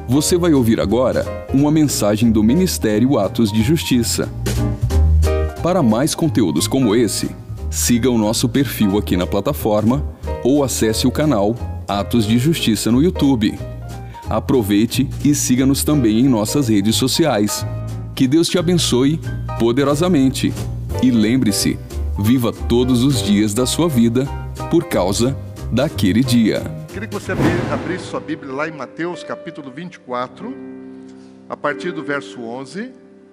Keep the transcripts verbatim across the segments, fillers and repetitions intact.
Você vai ouvir agora uma mensagem do Ministério Atos de Justiça. Para mais conteúdos como esse, siga o nosso perfil aqui na plataforma ou acesse o canal Atos de Justiça no YouTube. Aproveite e siga-nos também em nossas redes sociais. Que Deus te abençoe poderosamente. E lembre-se, viva todos os dias da sua vida por causa daquele dia. Queria que você abrisse sua Bíblia lá em Mateus capítulo vinte e quatro, a partir do verso onze.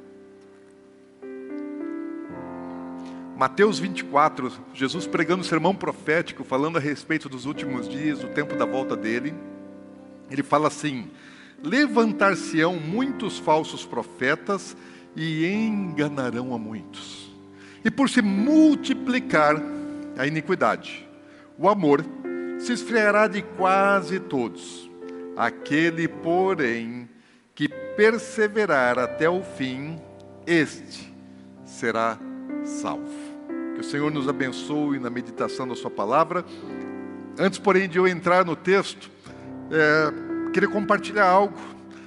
Mateus vinte e quatro, Jesus pregando um sermão profético, falando a respeito dos últimos dias, do tempo da volta dele. Ele fala assim: levantar-se-ão muitos falsos profetas e enganarão a muitos. E por se multiplicar a iniquidade, o amor se esfriará de quase todos. Aquele, porém, que perseverar até o fim, este será salvo. Que o Senhor nos abençoe na meditação da sua palavra. Antes, porém, de eu entrar no texto, é, queria compartilhar algo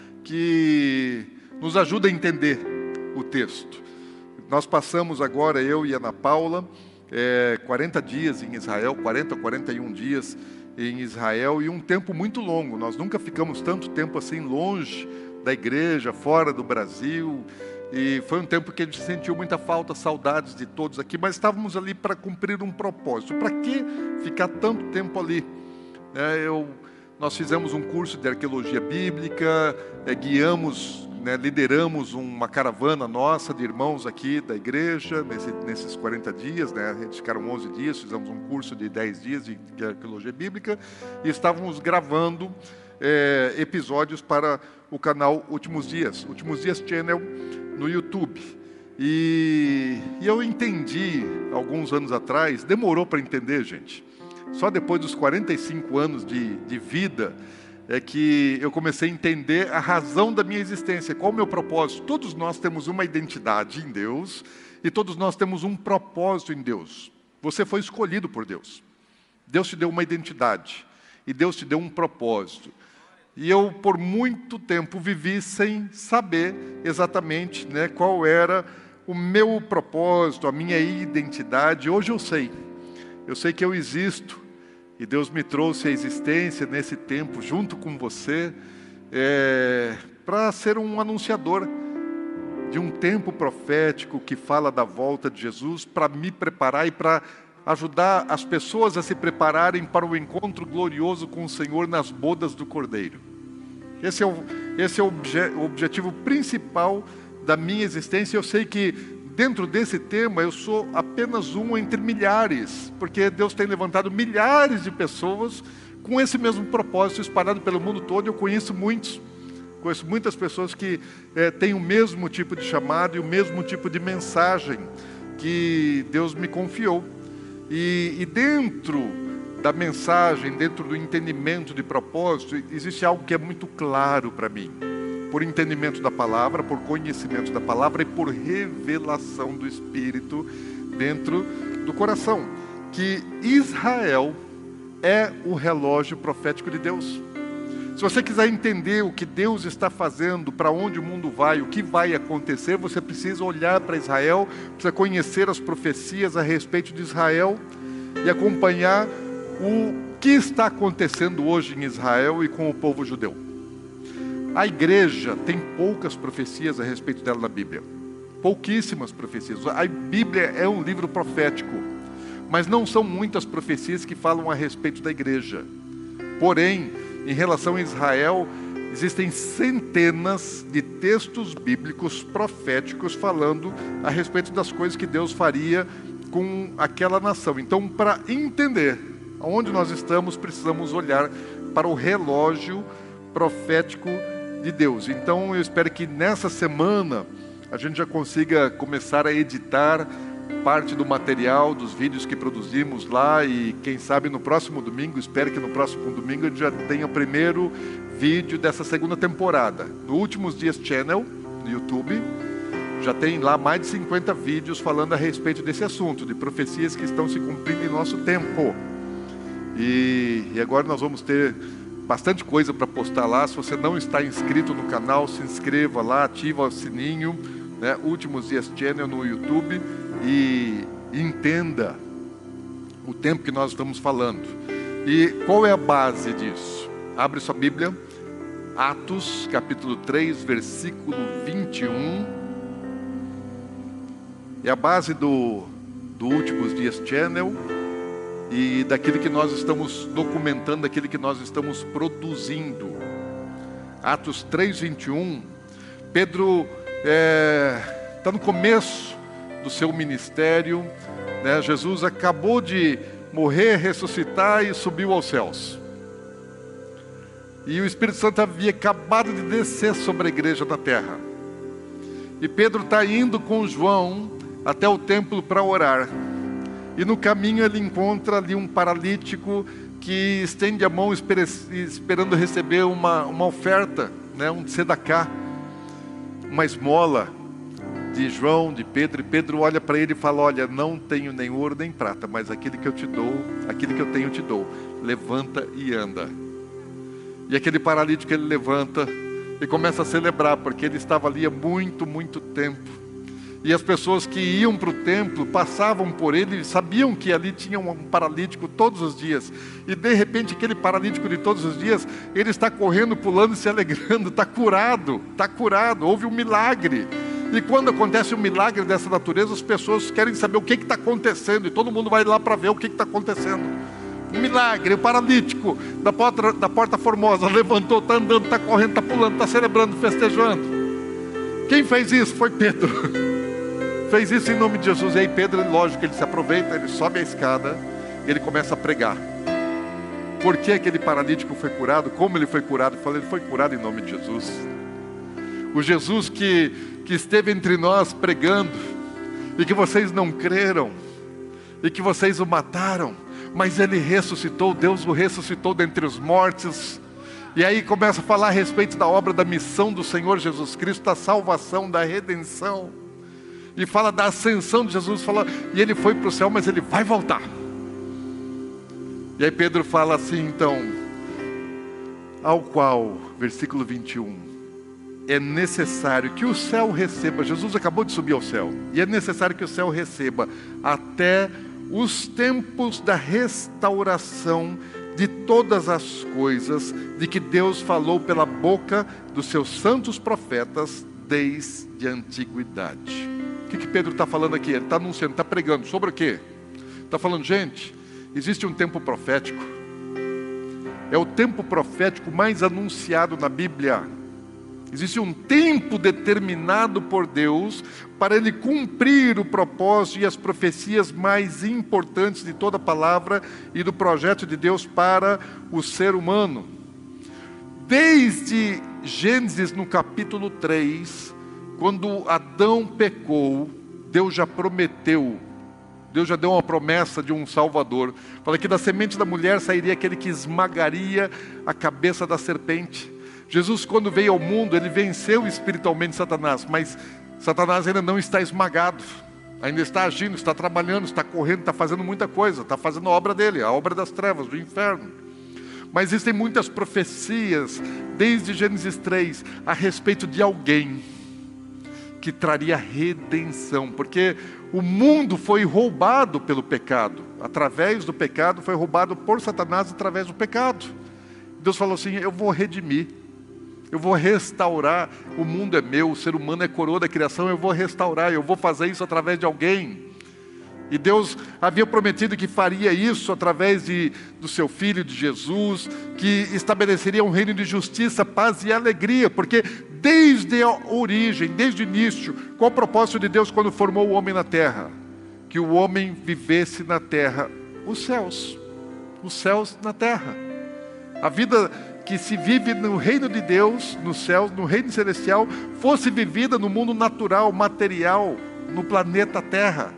que nos ajuda a entender o texto. Nós passamos agora, eu e Ana Paula, é, quarenta dias em Israel, quarenta, quarenta e um dias em Israel, e um tempo muito longo. Nós nunca ficamos tanto tempo assim longe da igreja, fora do Brasil, e foi um tempo que a gente sentiu muita falta, saudades de todos aqui, mas estávamos ali para cumprir um propósito. Para que ficar tanto tempo ali? É, eu, nós fizemos um curso de arqueologia bíblica, é, guiamos, né, lideramos uma caravana nossa de irmãos aqui da igreja, nesse, nesses quarenta dias, né, a gente ficaram onze dias, fizemos um curso de dez dias de, de arqueologia bíblica, e estávamos gravando é, episódios para o canal Últimos Dias, Últimos Dias Channel, no YouTube. E, e eu entendi, alguns anos atrás, demorou para entender, gente, só depois dos quarenta e cinco anos de, de vida, é que eu comecei a entender a razão da minha existência, qual o meu propósito. Todos nós temos uma identidade em Deus, e todos nós temos um propósito em Deus. Você foi escolhido por Deus. Deus te deu uma identidade, e Deus te deu um propósito. E eu, por muito tempo, vivi sem saber exatamente, né, qual era o meu propósito, a minha identidade. Hoje eu sei. Eu sei que eu existo, e Deus me trouxe à existência nesse tempo, junto com você, é, para ser um anunciador de um tempo profético que fala da volta de Jesus, para me preparar e para ajudar as pessoas a se prepararem para o encontro glorioso com o Senhor nas bodas do Cordeiro. Esse é o, esse é o, obje, o objetivo principal da minha existência. Eu sei que dentro desse tema eu sou apenas um entre milhares, porque Deus tem levantado milhares de pessoas com esse mesmo propósito espalhado pelo mundo todo. Eu conheço muitos, conheço muitas pessoas que é, têm o mesmo tipo de chamado e o mesmo tipo de mensagem que Deus me confiou. E, e dentro da mensagem, dentro do entendimento de propósito, existe algo que é muito claro para mim. Por entendimento da palavra, por conhecimento da palavra e por revelação do Espírito dentro do coração. Que Israel é o relógio profético de Deus. Se você quiser entender o que Deus está fazendo, para onde o mundo vai, o que vai acontecer, você precisa olhar para Israel, precisa conhecer as profecias a respeito de Israel e acompanhar o que está acontecendo hoje em Israel e com o povo judeu. A igreja tem poucas profecias a respeito dela na Bíblia. Pouquíssimas profecias. A Bíblia é um livro profético, mas não são muitas profecias que falam a respeito da igreja. Porém, em relação a Israel, existem centenas de textos bíblicos proféticos falando a respeito das coisas que Deus faria com aquela nação. Então, para entender aonde nós estamos, precisamos olhar para o relógio profético de Deus. Então eu espero que nessa semana a gente já consiga começar a editar parte do material, dos vídeos que produzimos lá, e quem sabe no próximo domingo, espero que no próximo domingo a gente já tenha o primeiro vídeo dessa segunda temporada. No Últimos Dias Channel, no YouTube, já tem lá mais de cinquenta vídeos falando a respeito desse assunto, de profecias que estão se cumprindo em nosso tempo. E, e agora nós vamos ter bastante coisa para postar lá. Se você não está inscrito no canal, se inscreva lá, ativa o sininho, né? Últimos Dias Channel no YouTube, e entenda o tempo que nós estamos falando. E qual é a base disso? Abre sua Bíblia, Atos capítulo três, versículo vinte e um. É a base do, do Últimos Dias Channel e daquilo que nós estamos documentando, daquilo que nós estamos produzindo. Atos três, vinte e um. Pedro está é, no começo do seu ministério, né? Jesus acabou de morrer, ressuscitar e subiu aos céus. E o Espírito Santo havia acabado de descer sobre a igreja da terra. E Pedro está indo com João até o templo para orar. E no caminho ele encontra ali um paralítico que estende a mão esperando receber uma, uma oferta, né? Um tzedaká, uma esmola de João, de Pedro. E Pedro olha para ele e fala: olha, não tenho nem ouro nem prata, mas aquele que eu te dou, aquele que eu tenho eu te dou. Levanta e anda. E aquele paralítico ele levanta e começa a celebrar, porque ele estava ali há muito, muito tempo. E as pessoas que iam para o templo passavam por ele, sabiam que ali tinha um paralítico todos os dias. E de repente aquele paralítico de todos os dias, ele está correndo, pulando e se alegrando, está curado, está curado, houve um milagre. E quando acontece um milagre dessa natureza, as pessoas querem saber o que está acontecendo, e todo mundo vai lá para ver o que está acontecendo. Um milagre, o paralítico da porta, da porta formosa levantou, está andando, está correndo, está pulando, está celebrando, festejando. Quem fez isso? Foi Pedro. Fez isso em nome de Jesus. E aí Pedro, lógico, ele se aproveita, ele sobe a escada, ele começa a pregar. Por que aquele paralítico foi curado? Como ele foi curado? Eu falei, ele foi curado em nome de Jesus. O Jesus que, que esteve entre nós pregando, e que vocês não creram, e que vocês o mataram, mas ele ressuscitou, Deus o ressuscitou dentre os mortos. E aí começa a falar a respeito da obra, da missão do Senhor Jesus Cristo, da salvação, da redenção. E fala da ascensão de Jesus, fala, e ele foi para o céu, mas ele vai voltar. E aí Pedro fala assim, então, ao qual, versículo vinte e um, é necessário que o céu receba, Jesus acabou de subir ao céu, e é necessário que o céu receba até os tempos da restauração de todas as coisas, de que Deus falou pela boca dos seus santos profetas desde a antiguidade. O que, que Pedro está falando aqui? Ele está anunciando, está pregando sobre o quê? Está falando, gente, existe um tempo profético. É o tempo profético mais anunciado na Bíblia. Existe um tempo determinado por Deus para Ele cumprir o propósito e as profecias mais importantes de toda a palavra e do projeto de Deus para o ser humano. Desde Gênesis no capítulo três, quando Adão pecou, Deus já prometeu, Deus já deu uma promessa de um Salvador. Fala que da semente da mulher sairia aquele que esmagaria a cabeça da serpente. Jesus, quando veio ao mundo, ele venceu espiritualmente Satanás, mas Satanás ainda não está esmagado, ainda está agindo, está trabalhando, está correndo, está fazendo muita coisa, está fazendo a obra dele, a obra das trevas, do inferno. Mas existem muitas profecias, desde Gênesis três, a respeito de alguém que traria redenção, porque o mundo foi roubado pelo pecado, através do pecado, foi roubado por Satanás através do pecado. Deus falou assim, eu vou redimir, eu vou restaurar, o mundo é meu, o ser humano é coroa da criação, eu vou restaurar, eu vou fazer isso através de alguém. E Deus havia prometido que faria isso através de, do seu Filho, de Jesus, que estabeleceria um reino de justiça, paz e alegria, porque desde a origem, desde o início, qual o propósito de Deus quando formou o homem na terra? Que o homem vivesse na terra, os céus, os céus na terra. A vida que se vive no reino de Deus, nos céus, no reino celestial, fosse vivida no mundo natural, material, no planeta Terra.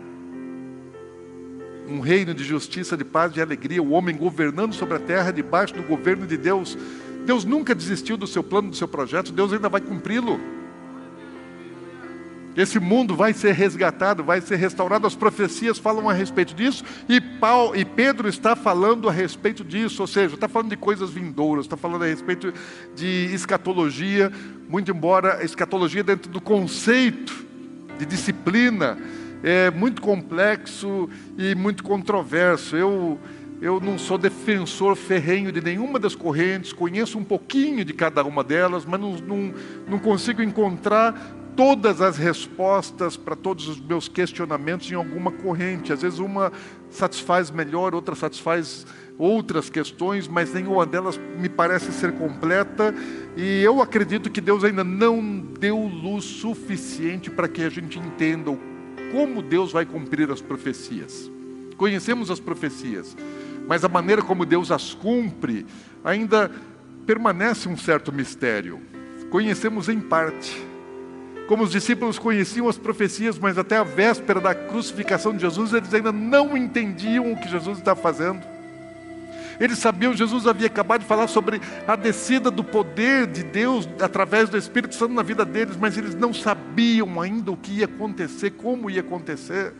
Um reino de justiça, de paz e de alegria, o homem governando sobre a terra, debaixo do governo de Deus. Deus nunca desistiu do seu plano, do seu projeto, Deus ainda vai cumpri-lo. Esse mundo vai ser resgatado, vai ser restaurado. As profecias falam a respeito disso, e, Paulo, e Pedro está falando a respeito disso, ou seja, está falando de coisas vindouras, está falando a respeito de escatologia, muito embora a escatologia dentro do conceito de disciplina é muito complexo e muito controverso. Eu, eu não sou defensor ferrenho de nenhuma das correntes, conheço um pouquinho de cada uma delas, mas não, não, não consigo encontrar todas as respostas para todos os meus questionamentos em alguma corrente. Às vezes uma satisfaz melhor, outra satisfaz outras questões, mas nenhuma delas me parece ser completa, e eu acredito que Deus ainda não deu luz suficiente para que a gente entenda como Deus vai cumprir as profecias. Conhecemos as profecias, mas a maneira como Deus as cumpre ainda permanece um certo mistério. Conhecemos em parte. Como os discípulos conheciam as profecias, mas até a véspera da crucificação de Jesus, eles ainda não entendiam o que Jesus estava fazendo. Eles sabiam, Jesus havia acabado de falar sobre a descida do poder de Deus através do Espírito Santo na vida deles, mas eles não sabiam ainda o que ia acontecer, como ia acontecer.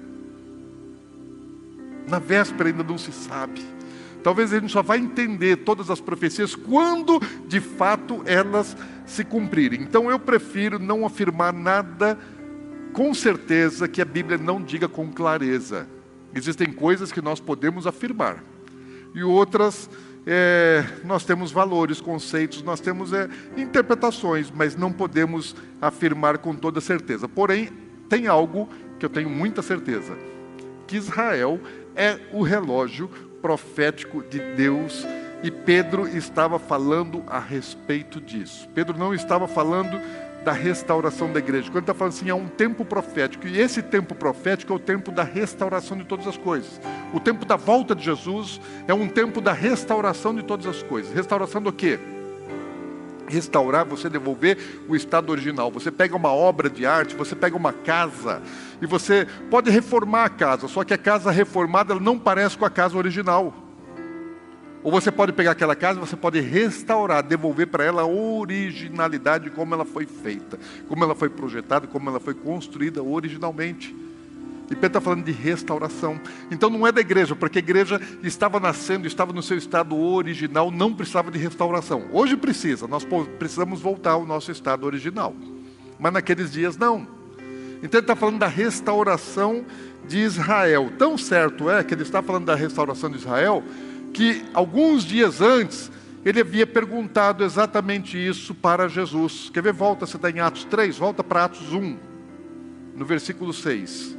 Na véspera ainda não se sabe. Talvez a gente só vai entender todas as profecias quando, de fato, elas se cumprirem. Então eu prefiro não afirmar nada com certeza que a Bíblia não diga com clareza. Existem coisas que nós podemos afirmar. E outras, é, nós temos valores, conceitos, nós temos é, interpretações, mas não podemos afirmar com toda certeza. Porém, tem algo que eu tenho muita certeza. Que Israel é o relógio profético de Deus, e Pedro estava falando a respeito disso. Pedro não estava falando da restauração da igreja. Quando ele está falando assim, há um tempo profético, e esse tempo profético é o tempo da restauração de todas as coisas. O tempo da volta de Jesus é um tempo da restauração de todas as coisas. Restauração do quê? Restaurar, você devolver o estado original. Você pega uma obra de arte, você pega uma casa, e você pode reformar a casa, só que a casa reformada ela não parece com a casa original. Ou você pode pegar aquela casa, você pode restaurar, devolver para ela a originalidade de como ela foi feita, como ela foi projetada, como ela foi construída originalmente. E Pedro está falando de restauração. Então não é da igreja, porque a igreja estava nascendo, estava no seu estado original, não precisava de restauração. Hoje precisa, nós precisamos voltar ao nosso estado original. Mas naqueles dias não. Então ele está falando da restauração de Israel. Tão certo é que ele está falando da restauração de Israel, que alguns dias antes, ele havia perguntado exatamente isso para Jesus. Quer ver? Volta, você está em Atos três, volta para Atos um, no versículo seis.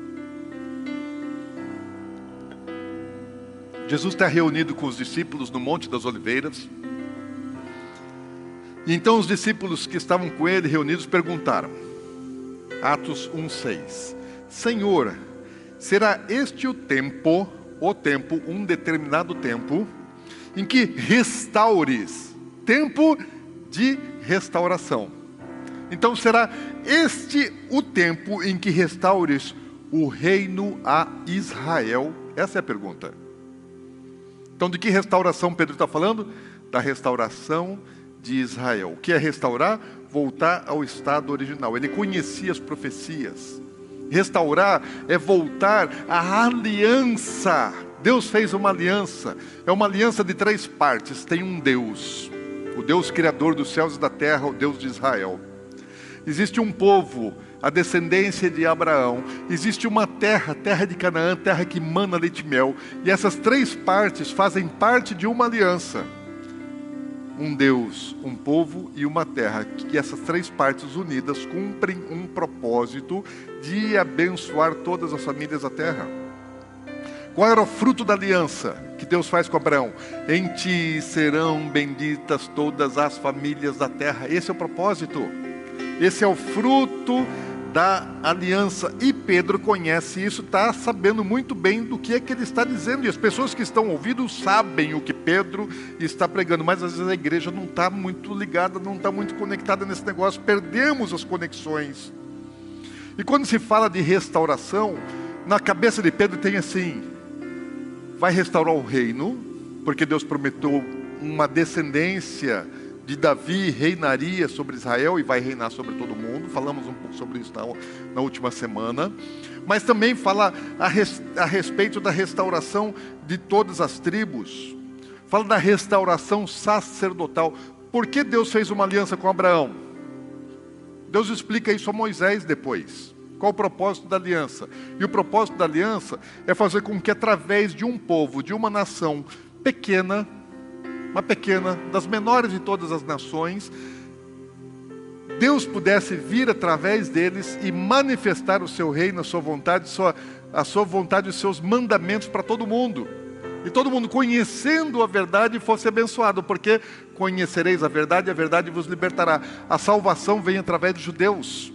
Jesus está reunido com os discípulos no Monte das Oliveiras. E então os discípulos que estavam com ele reunidos perguntaram, Atos um, seis, Senhor, será este o tempo, o tempo, um determinado tempo, em que restaures, tempo de restauração. Então será este o tempo em que restaures o reino a Israel? Essa é a pergunta. Então de que restauração Pedro está falando? Da restauração de Israel. O que é restaurar? Voltar ao estado original. Ele conhecia as profecias. Restaurar é voltar à aliança. Deus fez uma aliança. É uma aliança de três partes. Tem um Deus, o Deus criador dos céus e da terra, o Deus de Israel. Existe um povo, a descendência de Abraão. Existe uma terra, terra de Canaã, terra que mana leite e mel. E essas três partes fazem parte de uma aliança. Um Deus, um povo e uma terra. Que essas três partes unidas cumprem um propósito de abençoar todas as famílias da terra. Qual era o fruto da aliança que Deus faz com Abraão? Em ti serão benditas todas as famílias da terra. Esse é o propósito. Esse é o fruto da aliança. E Pedro conhece isso, está sabendo muito bem do que é que ele está dizendo. E as pessoas que estão ouvindo sabem o que Pedro está pregando. Mas às vezes a igreja não está muito ligada, não está muito conectada nesse negócio. Perdemos as conexões. E quando se fala de restauração, na cabeça de Pedro tem assim, vai restaurar o reino, porque Deus prometeu uma descendência de Davi reinaria sobre Israel e vai reinar sobre todo mundo. Falamos um pouco sobre isso na, na última semana. Mas também fala a, res, a respeito da restauração de todas as tribos. Fala da restauração sacerdotal. Por que Deus fez uma aliança com Abraão? Deus explica isso a Moisés depois. Qual o propósito da aliança? E o propósito da aliança é fazer com que através de um povo, de uma nação pequena, uma pequena, das menores de todas as nações, Deus pudesse vir através deles e manifestar o seu reino, a sua vontade, a sua, a sua vontade e os seus mandamentos para todo mundo. E todo mundo, conhecendo a verdade, fosse abençoado, porque conhecereis a verdade e a verdade vos libertará. A salvação vem através dos judeus.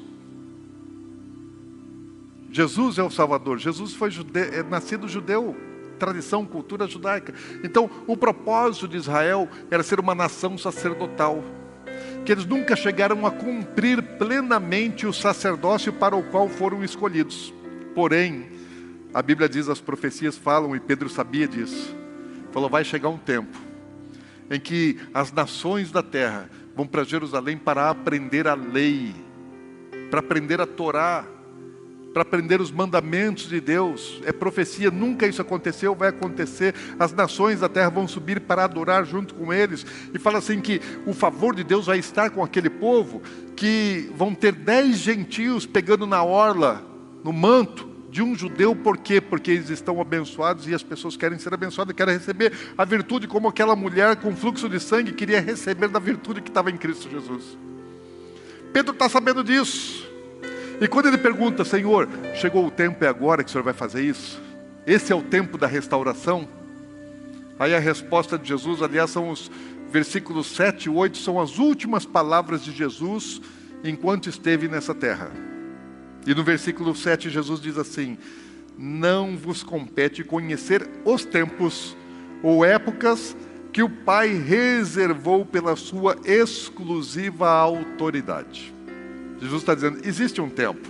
Jesus é o Salvador. Jesus foi jude... é nascido judeu. Tradição, cultura judaica. Então, o propósito de Israel era ser uma nação sacerdotal. Que eles nunca chegaram a cumprir plenamente o sacerdócio para o qual foram escolhidos. Porém, a Bíblia diz, as profecias falam, e Pedro sabia disso. Falou, vai chegar um tempo em que as nações da terra vão para Jerusalém para aprender a lei, para aprender a Torá, para aprender os mandamentos de Deus. É profecia, nunca isso aconteceu, vai acontecer. As nações da terra vão subir para adorar junto com eles. E fala assim que o favor de Deus vai estar com aquele povo, que vão ter dez gentios pegando na orla, no manto de um judeu. Por quê? Porque eles estão abençoados e as pessoas querem ser abençoadas, querem receber a virtude, como aquela mulher com fluxo de sangue queria receber da virtude que estava em Cristo Jesus. Pedro está sabendo disso. E quando ele pergunta, Senhor, chegou o tempo, é agora que o Senhor vai fazer isso? Esse é o tempo da restauração? Aí a resposta de Jesus, aliás, são os versículos sete e oito, são as últimas palavras de Jesus enquanto esteve nessa terra. E no versículo sete, Jesus diz assim, não vos compete conhecer os tempos ou épocas que o Pai reservou pela sua exclusiva autoridade. Jesus está dizendo, existe um tempo,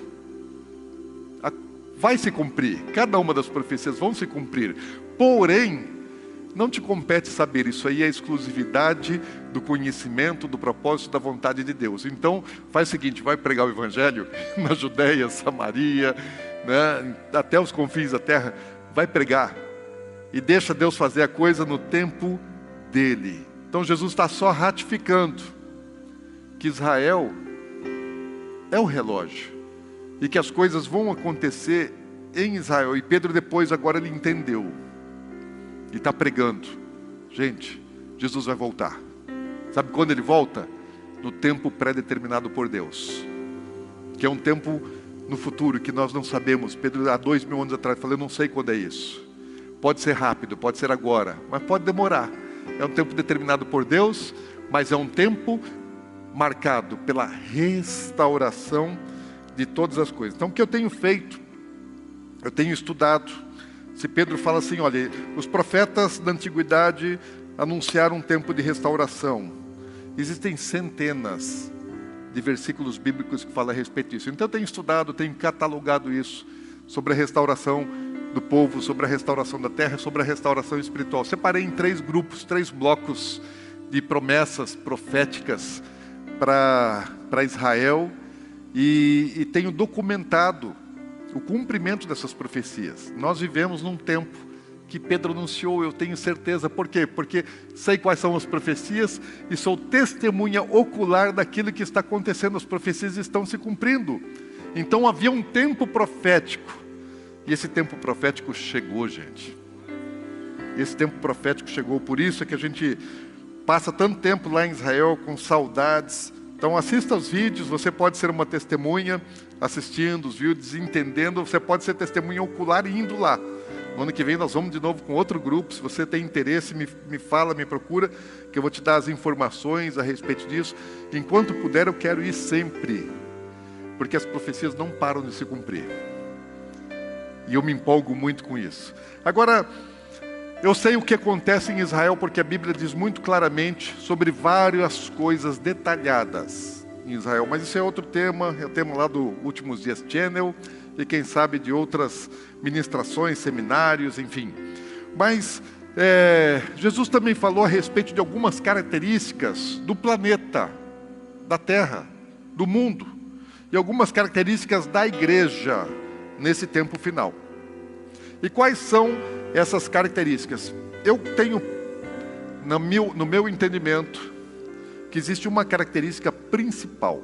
vai se cumprir, cada uma das profecias vão se cumprir, porém, não te compete saber, isso aí é a exclusividade do conhecimento, do propósito, da vontade de Deus. Então, faz o seguinte, vai pregar o Evangelho na Judeia, Samaria, né, até os confins da terra, vai pregar, e deixa Deus fazer a coisa no tempo dele. Então, Jesus está só ratificando que Israel é o relógio, e que as coisas vão acontecer em Israel. E Pedro depois, agora ele entendeu, e está pregando, gente, Jesus vai voltar. Sabe quando ele volta? No tempo pré-determinado por Deus, que é um tempo no futuro, que nós não sabemos. Pedro, há dois mil anos atrás, falou, eu não sei quando é isso. Pode ser rápido, pode ser agora, mas pode demorar. É um tempo determinado por Deus, mas é um tempo marcado pela restauração de todas as coisas. Então, o que eu tenho feito? Eu tenho estudado. Se Pedro fala assim, olha, os profetas da antiguidade anunciaram um tempo de restauração. Existem centenas de versículos bíblicos que falam a respeito disso. Então, eu tenho estudado, tenho catalogado isso, sobre a restauração do povo, sobre a restauração da terra, sobre a restauração espiritual. Separei em três grupos, três blocos de promessas proféticas para Israel, e, e tenho documentado o cumprimento dessas profecias. Nós vivemos num tempo que Pedro anunciou, eu tenho certeza. Por quê? Porque sei quais são as profecias e sou testemunha ocular daquilo que está acontecendo. As profecias estão se cumprindo. Então havia um tempo profético, e esse tempo profético chegou, gente. Esse tempo profético chegou, por isso é que a gente passa tanto tempo lá em Israel com saudades. Então assista os vídeos, você pode ser uma testemunha assistindo os vídeos, entendendo. Você pode ser testemunha ocular e indo lá. No ano que vem nós vamos de novo com outro grupo. Se você tem interesse, me, me fala, me procura, que eu vou te dar as informações a respeito disso. Enquanto puder, eu quero ir sempre, porque as profecias não param de se cumprir. E eu me empolgo muito com isso. Agora, eu sei o que acontece em Israel, porque a Bíblia diz muito claramente sobre várias coisas detalhadas em Israel. Mas isso é outro tema, é o tema lá do Últimos Dias Channel, e quem sabe de outras ministrações, seminários, enfim. Mas É, Jesus também falou a respeito de algumas características do planeta, da Terra, do mundo, e algumas características da igreja nesse tempo final. E quais são essas características? Eu tenho, no meu, no meu entendimento, que existe uma característica principal.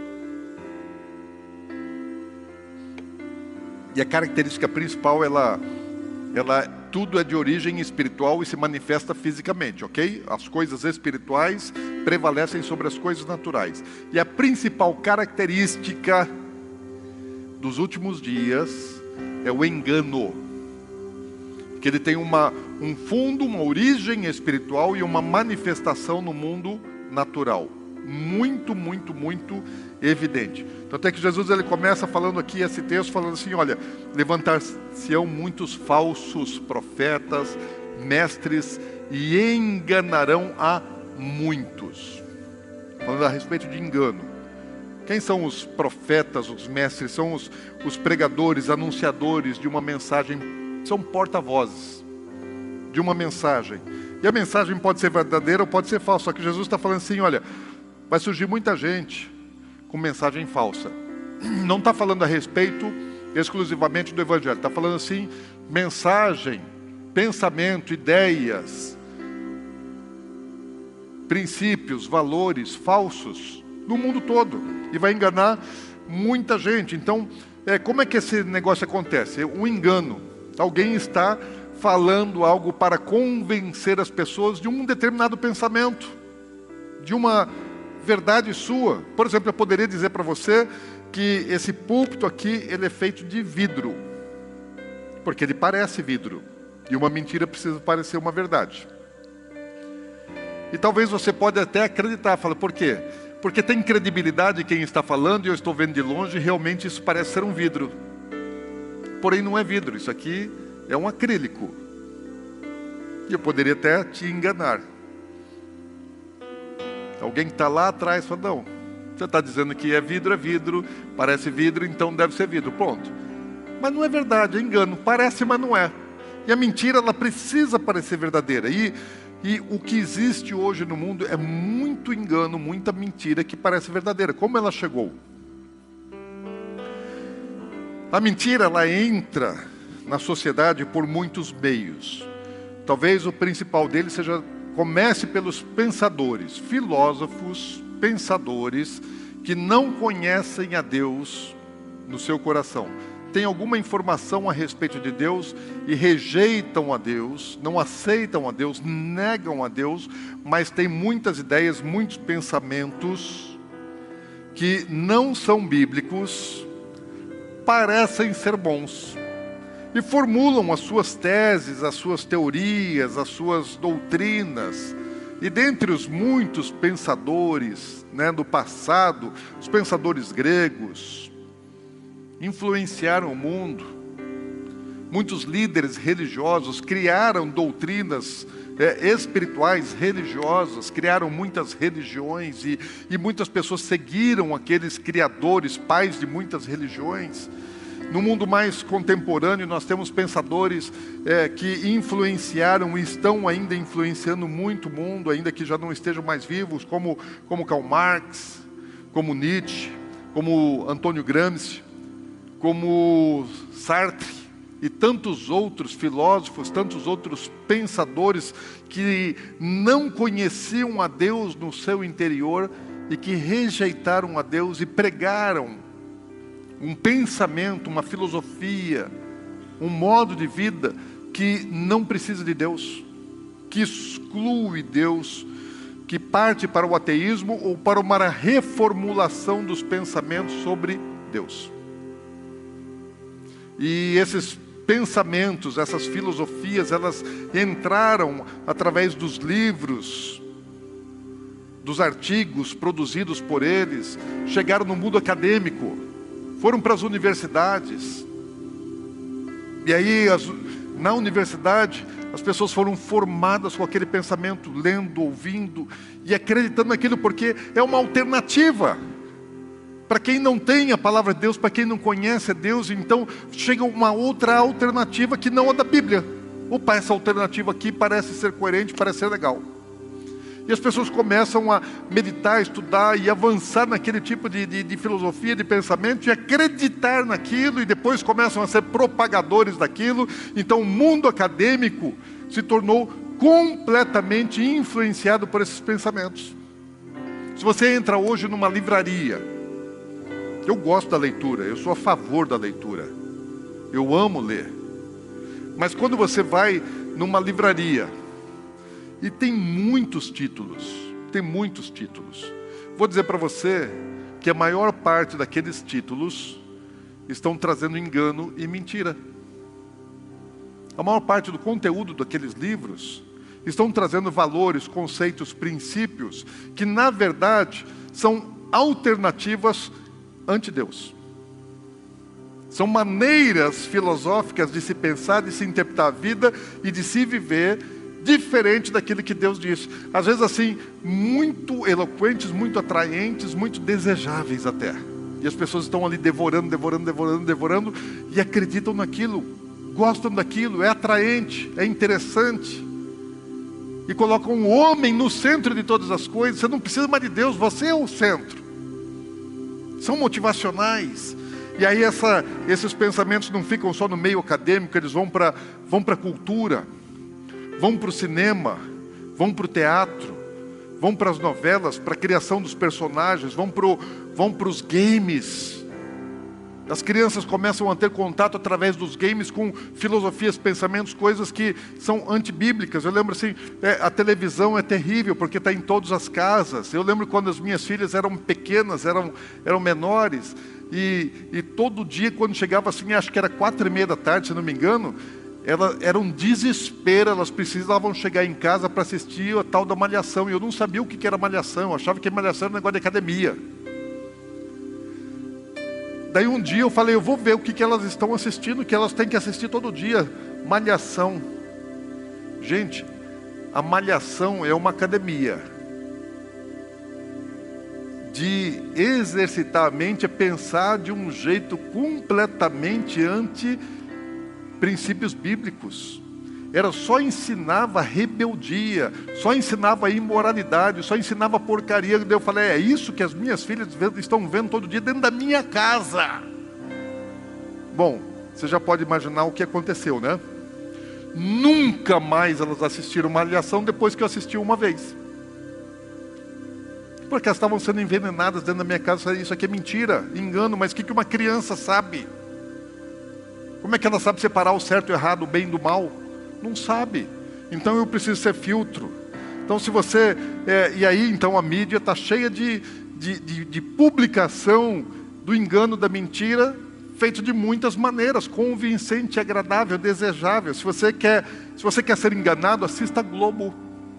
E a característica principal, ela, ela, tudo é de origem espiritual e se manifesta fisicamente, ok? As coisas espirituais prevalecem sobre as coisas naturais. E a principal característica dos últimos dias é o engano. Que ele tem uma, um fundo, uma origem espiritual e uma manifestação no mundo natural. Muito, muito, muito evidente. Tanto é que Jesus ele começa falando aqui esse texto, falando assim, olha, levantar-se-ão muitos falsos profetas, mestres, e enganarão a muitos. Falando a respeito de engano. Quem são os profetas, os mestres? São os, os pregadores, anunciadores de uma mensagem, são porta-vozes de uma mensagem. E a mensagem pode ser verdadeira ou pode ser falsa, só que Jesus está falando assim, olha, vai surgir muita gente com mensagem falsa. Não está falando a respeito exclusivamente do Evangelho. Está falando assim, mensagem, pensamento, ideias, princípios, valores falsos no mundo todo. E vai enganar muita gente. Então, é, como é que esse negócio acontece? O engano. Alguém está falando algo para convencer as pessoas de um determinado pensamento, de uma verdade sua. Por exemplo, eu poderia dizer para você que esse púlpito aqui, ele é feito de vidro, porque ele parece vidro, e uma mentira precisa parecer uma verdade. E talvez você pode até acreditar, fala, por quê? Porque tem credibilidade quem está falando, e eu estou vendo de longe, e realmente isso parece ser um vidro. Porém não é vidro, isso aqui é um acrílico. E eu poderia até te enganar. Alguém que está lá atrás fala, não, você está dizendo que é vidro, é vidro, parece vidro, então deve ser vidro, pronto. Mas não é verdade, é engano, parece, mas não é. E a mentira, ela precisa parecer verdadeira. E, e o que existe hoje no mundo é muito engano, muita mentira que parece verdadeira. Como ela chegou? A mentira, ela entra na sociedade por muitos meios. Talvez o principal deles seja... Comece pelos pensadores, filósofos, pensadores, que não conhecem a Deus no seu coração. Tem alguma informação a respeito de Deus e rejeitam a Deus, não aceitam a Deus, negam a Deus, mas tem muitas ideias, muitos pensamentos que não são bíblicos, parecem ser bons. E formulam as suas teses, as suas teorias, as suas doutrinas. E dentre os muitos pensadores, né, do passado, os pensadores gregos, influenciaram o mundo. Muitos líderes religiosos criaram doutrinas é, espirituais, religiosas, criaram muitas religiões e, e muitas pessoas seguiram aqueles criadores, pais de muitas religiões. No mundo mais contemporâneo, nós temos pensadores é, que influenciaram e estão ainda influenciando muito o mundo, ainda que já não estejam mais vivos, como, como Karl Marx, como Nietzsche, como Antônio Gramsci, como Sartre e tantos outros filósofos, tantos outros pensadores que não conheciam a Deus no seu interior e que rejeitaram a Deus e pregaram um pensamento, uma filosofia, um modo de vida que não precisa de Deus, que exclui Deus, que parte para o ateísmo ou para uma reformulação dos pensamentos sobre Deus. E esses pensamentos, essas filosofias, elas entraram através dos livros, dos artigos produzidos por eles, chegaram no mundo acadêmico, foram para as universidades, e aí as, na universidade as pessoas foram formadas com aquele pensamento, lendo, ouvindo e acreditando naquilo, porque é uma alternativa para quem não tem a palavra de Deus, para quem não conhece a Deus. Então chega uma outra alternativa que não a da Bíblia. Opa, essa alternativa aqui parece ser coerente, parece ser legal. E as pessoas começam a meditar, estudar e avançar naquele tipo de, de, de filosofia, de pensamento, e acreditar naquilo, e depois começam a ser propagadores daquilo. Então o mundo acadêmico se tornou completamente influenciado por esses pensamentos. Se você entra hoje numa livraria, eu gosto da leitura, eu sou a favor da leitura, eu amo ler. Mas quando você vai numa livraria, e tem muitos títulos, tem muitos títulos. Vou dizer para você que a maior parte daqueles títulos estão trazendo engano e mentira. A maior parte do conteúdo daqueles livros estão trazendo valores, conceitos, princípios, que na verdade são alternativas ante Deus. São maneiras filosóficas de se pensar, de se interpretar a vida e de se viver diferente daquilo que Deus diz. Às vezes assim, muito eloquentes, muito atraentes, muito desejáveis até. E as pessoas estão ali devorando, devorando, devorando, devorando, e acreditam naquilo, gostam daquilo, é atraente, é interessante. E colocam o homem no centro de todas as coisas. Você não precisa mais de Deus, você é o centro. São motivacionais. E aí essa, esses pensamentos não ficam só no meio acadêmico, eles vão para vão para a cultura, vão para o cinema, vão para o teatro, vão para as novelas, para a criação dos personagens, vão para o, vão para os games. As crianças começam a ter contato através dos games com filosofias, pensamentos, coisas que são antibíblicas. Eu lembro assim, é, a televisão é terrível porque está em todas as casas. Eu lembro quando as minhas filhas eram pequenas, eram, eram menores, e, e todo dia quando chegava assim, acho que era quatro e meia da tarde, se não me engano, ela, era um desespero, elas precisavam chegar em casa para assistir a tal da Malhação. E eu não sabia o que era Malhação, eu achava que Malhação era um negócio de academia. Daí um dia eu falei, eu vou ver o que, que elas estão assistindo, que elas têm que assistir todo dia. Malhação. Gente, a Malhação é uma academia. De exercitar a mente, é pensar de um jeito completamente anti-princípios bíblicos. Era só ensinava rebeldia, só ensinava imoralidade, só ensinava porcaria. Daí eu falei, é isso que as minhas filhas estão vendo todo dia dentro da minha casa. Bom, você já pode imaginar o que aconteceu, né? Nunca mais elas assistiram Malhação depois que eu assisti uma vez. Porque elas estavam sendo envenenadas dentro da minha casa. Isso aqui é mentira, engano, mas o que uma criança sabe? Como é que ela sabe separar o certo e o errado, o bem do mal? Não sabe. Então eu preciso ser filtro. Então se você... É, e aí então a mídia está cheia de, de, de, de publicação do engano, da mentira, feito de muitas maneiras, convincente, agradável, desejável. Se você quer, se você quer ser enganado, assista Globo.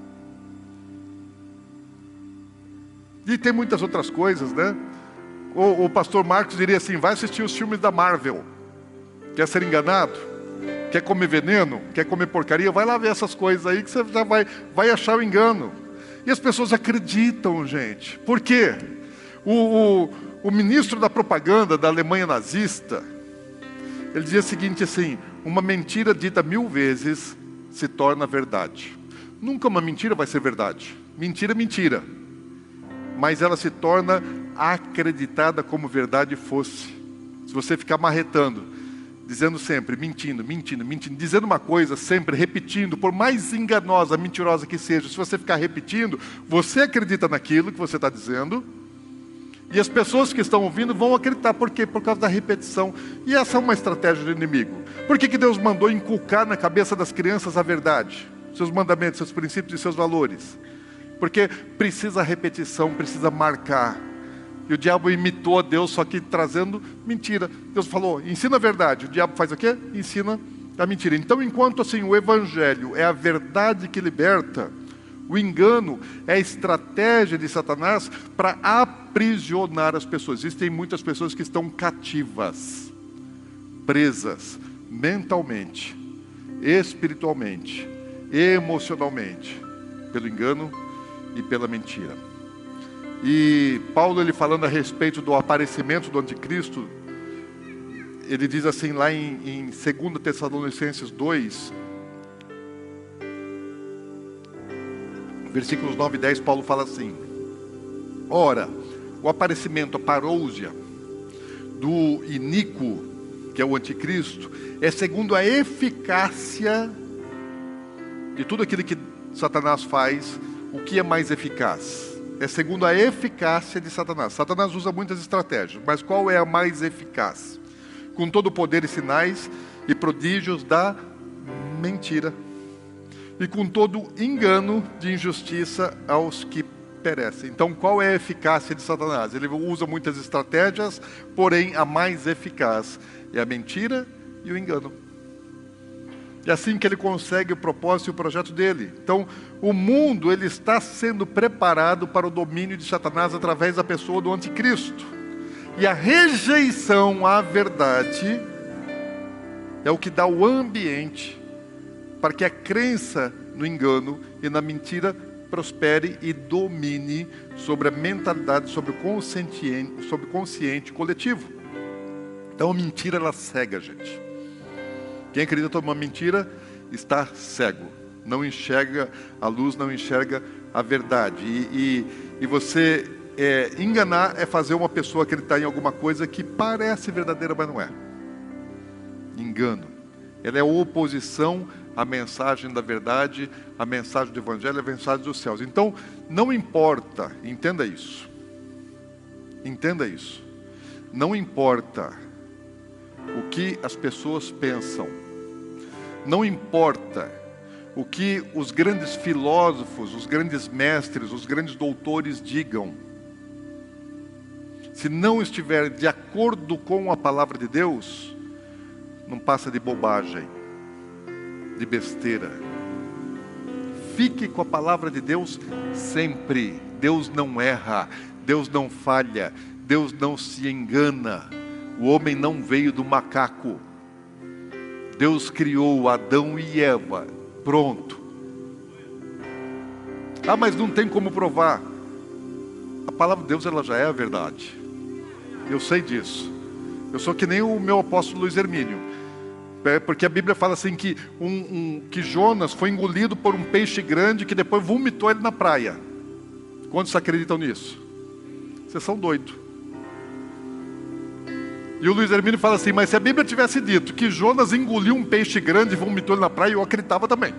E tem muitas outras coisas, né? O, o pastor Marcos diria assim, vai assistir os filmes da Marvel. Quer ser enganado? Quer comer veneno? Quer comer porcaria? Vai lá ver essas coisas aí que você já vai, vai achar o engano. E as pessoas acreditam, gente. Por quê? O, o, o ministro da propaganda da Alemanha nazista, ele dizia o seguinte assim, uma mentira dita mil vezes se torna verdade. Nunca uma mentira vai ser verdade. Mentira é mentira. Mas ela se torna acreditada como verdade fosse. Se você ficar marretando, dizendo sempre, mentindo, mentindo, mentindo, dizendo uma coisa sempre, repetindo, por mais enganosa, mentirosa que seja, se você ficar repetindo, você acredita naquilo que você está dizendo, e as pessoas que estão ouvindo vão acreditar. Por quê? Por causa da repetição. E essa é uma estratégia do inimigo. Por que que Deus mandou inculcar na cabeça das crianças a verdade? Seus mandamentos, seus princípios e seus valores? Porque precisa repetição, precisa marcar. E o diabo imitou a Deus, só que trazendo mentira. Deus falou, ensina a verdade. O diabo faz o quê? Ensina a mentira. Então, enquanto assim o evangelho é a verdade que liberta, o engano é a estratégia de Satanás para aprisionar as pessoas. Existem muitas pessoas que estão cativas, presas, mentalmente, espiritualmente, emocionalmente, pelo engano e pela mentira. E Paulo, ele falando a respeito do aparecimento do anticristo, ele diz assim lá em, em dois Tessalonicenses dois, Versículos nove e dez, Paulo fala assim: ora, o aparecimento, a parousia do iníquo, que é o anticristo, é segundo a eficácia de tudo aquilo que Satanás faz. O que é mais eficaz? É segundo a eficácia de Satanás. Satanás usa muitas estratégias, mas qual é a mais eficaz? Com todo o poder e sinais e prodígios da mentira, e com todo engano de injustiça aos que perecem. Então, qual é a eficácia de Satanás? Ele usa muitas estratégias, porém a mais eficaz é a mentira e o engano. É assim que ele consegue o propósito e o projeto dele. Então, o mundo ele está sendo preparado para o domínio de Satanás através da pessoa do anticristo. E a rejeição à verdade é o que dá o ambiente para que a crença no engano e na mentira prospere e domine sobre a mentalidade, sobre o consciente, sobre o consciente coletivo. Então a mentira ela cega, gente. Quem acredita numa mentira está cego, não enxerga a luz, não enxerga a verdade. E, e, e você é, enganar é fazer uma pessoa acreditar em alguma coisa que parece verdadeira, mas não é. Engano. Ela é a oposição à mensagem da verdade, à mensagem do Evangelho, à mensagem dos céus. Então, não importa, entenda isso. Entenda isso. Não importa o que as pessoas pensam. Não importa o que os grandes filósofos, os grandes mestres, os grandes doutores digam. Se não estiver de acordo com a palavra de Deus, não passa de bobagem, de besteira. Fique com a palavra de Deus sempre. Deus não erra, Deus não falha, Deus não se engana. O homem não veio do macaco. Deus criou Adão e Eva. Pronto. Ah, mas não tem como provar. A palavra de Deus ela já é a verdade. Eu sei disso. Eu sou que nem o meu apóstolo Luiz Hermínio. É porque a Bíblia fala assim que, um, um, que Jonas foi engolido por um peixe grande que depois vomitou ele na praia. Quantos acreditam nisso? Vocês são doidos. E o Luiz Hermínio fala assim, mas se a Bíblia tivesse dito que Jonas engoliu um peixe grande e vomitou ele na praia, eu acreditava também.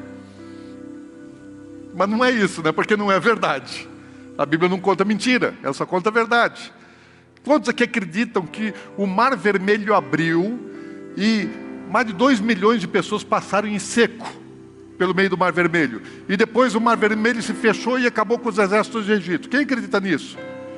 Mas não é isso, né? Porque não é verdade. A Bíblia não conta mentira, ela só conta a verdade. Quantos aqui acreditam que o Mar Vermelho abriu e mais de dois milhões de pessoas passaram em seco pelo meio do Mar Vermelho? E depois o Mar Vermelho se fechou e acabou com os exércitos do Egito. Quem acredita nisso?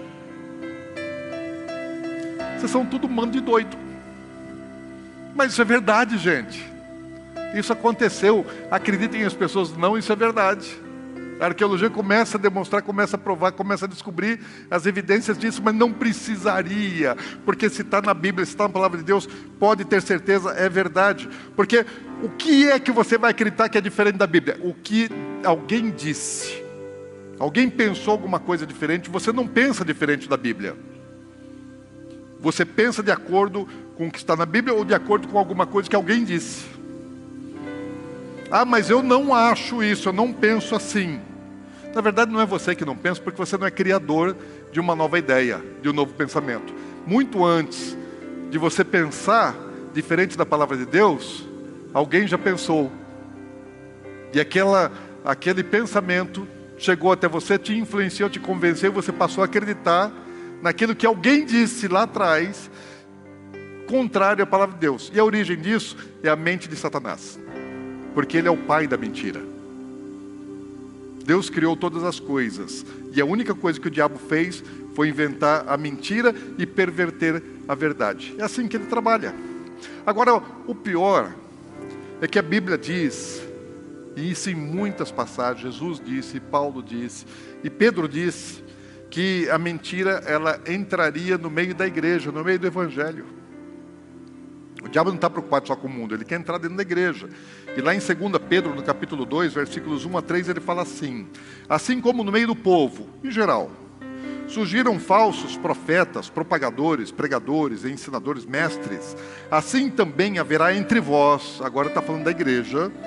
Vocês são tudo um bando de doido. Mas isso é verdade, gente. Isso aconteceu. Acreditem as pessoas, não, isso é verdade. A arqueologia começa a demonstrar, começa a provar, começa a descobrir as evidências disso, mas não precisaria, porque se está na Bíblia, se está na palavra de Deus, pode ter certeza, é verdade. Porque o que é que você vai acreditar que é diferente da Bíblia? O que alguém disse. Alguém pensou alguma coisa diferente, você não pensa diferente da Bíblia. Você pensa de acordo com o que está na Bíblia ou de acordo com alguma coisa que alguém disse. Ah, mas eu não acho isso, eu não penso assim. Na verdade não é você que não pensa, porque você não é criador de uma nova ideia, de um novo pensamento. Muito antes de você pensar diferente da palavra de Deus, alguém já pensou. E aquela, aquele pensamento chegou até você, te influenciou, te convenceu, e você passou a acreditar naquilo que alguém disse lá atrás, contrário à palavra de Deus. E a origem disso é a mente de Satanás, porque ele é o pai da mentira. Deus criou todas as coisas, e a única coisa que o diabo fez foi inventar a mentira e perverter a verdade. É assim que ele trabalha. Agora, o pior é que a Bíblia diz, e isso em muitas passagens, Jesus disse, Paulo disse, e Pedro disse, que a mentira ela entraria no meio da igreja, no meio do evangelho. O diabo não está preocupado só com o mundo, ele quer entrar dentro da igreja. E lá em Segunda Pedro, no capítulo dois, versículos um a três, ele fala assim: assim como no meio do povo, em geral, surgiram falsos profetas, propagadores, pregadores, ensinadores, mestres, assim também haverá entre vós, agora está falando da igreja,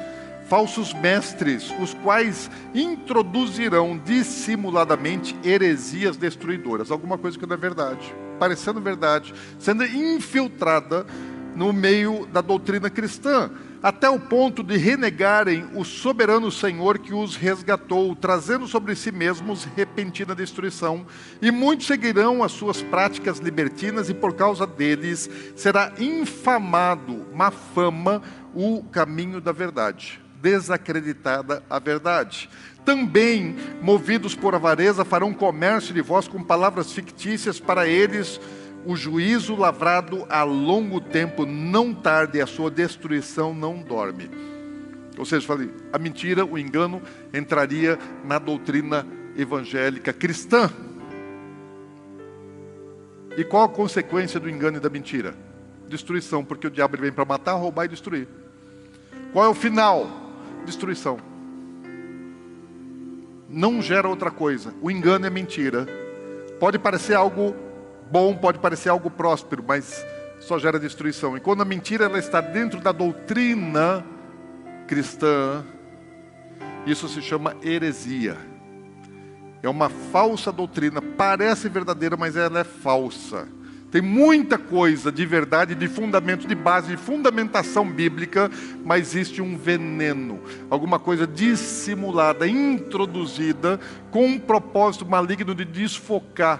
falsos mestres, os quais introduzirão dissimuladamente heresias destruidoras. Alguma coisa que não é verdade, parecendo verdade, sendo infiltrada no meio da doutrina cristã, até o ponto de renegarem o soberano Senhor que os resgatou, trazendo sobre si mesmos repentina destruição. E muitos seguirão as suas práticas libertinas, e por causa deles será infamado, má fama, o caminho da verdade, desacreditada a verdade. Também, movidos por avareza, farão comércio de vós com palavras fictícias. Para eles o juízo lavrado a longo tempo não tarde, e a sua destruição não dorme. Ou seja, falei, a mentira, o engano entraria na doutrina evangélica cristã. E qual a consequência do engano e da mentira? Destruição, porque o diabo vem para matar, roubar e destruir. Qual é o final? Destruição. Não gera outra coisa. O engano é mentira. Pode parecer algo bom, pode parecer algo próspero, mas só gera destruição. E quando a mentira ela está dentro da doutrina cristã, isso se chama heresia. É uma falsa doutrina, parece verdadeira, mas ela é falsa. Tem muita coisa de verdade, de fundamento, de base, de fundamentação bíblica, mas existe um veneno, alguma coisa dissimulada, introduzida, com um propósito maligno de desfocar,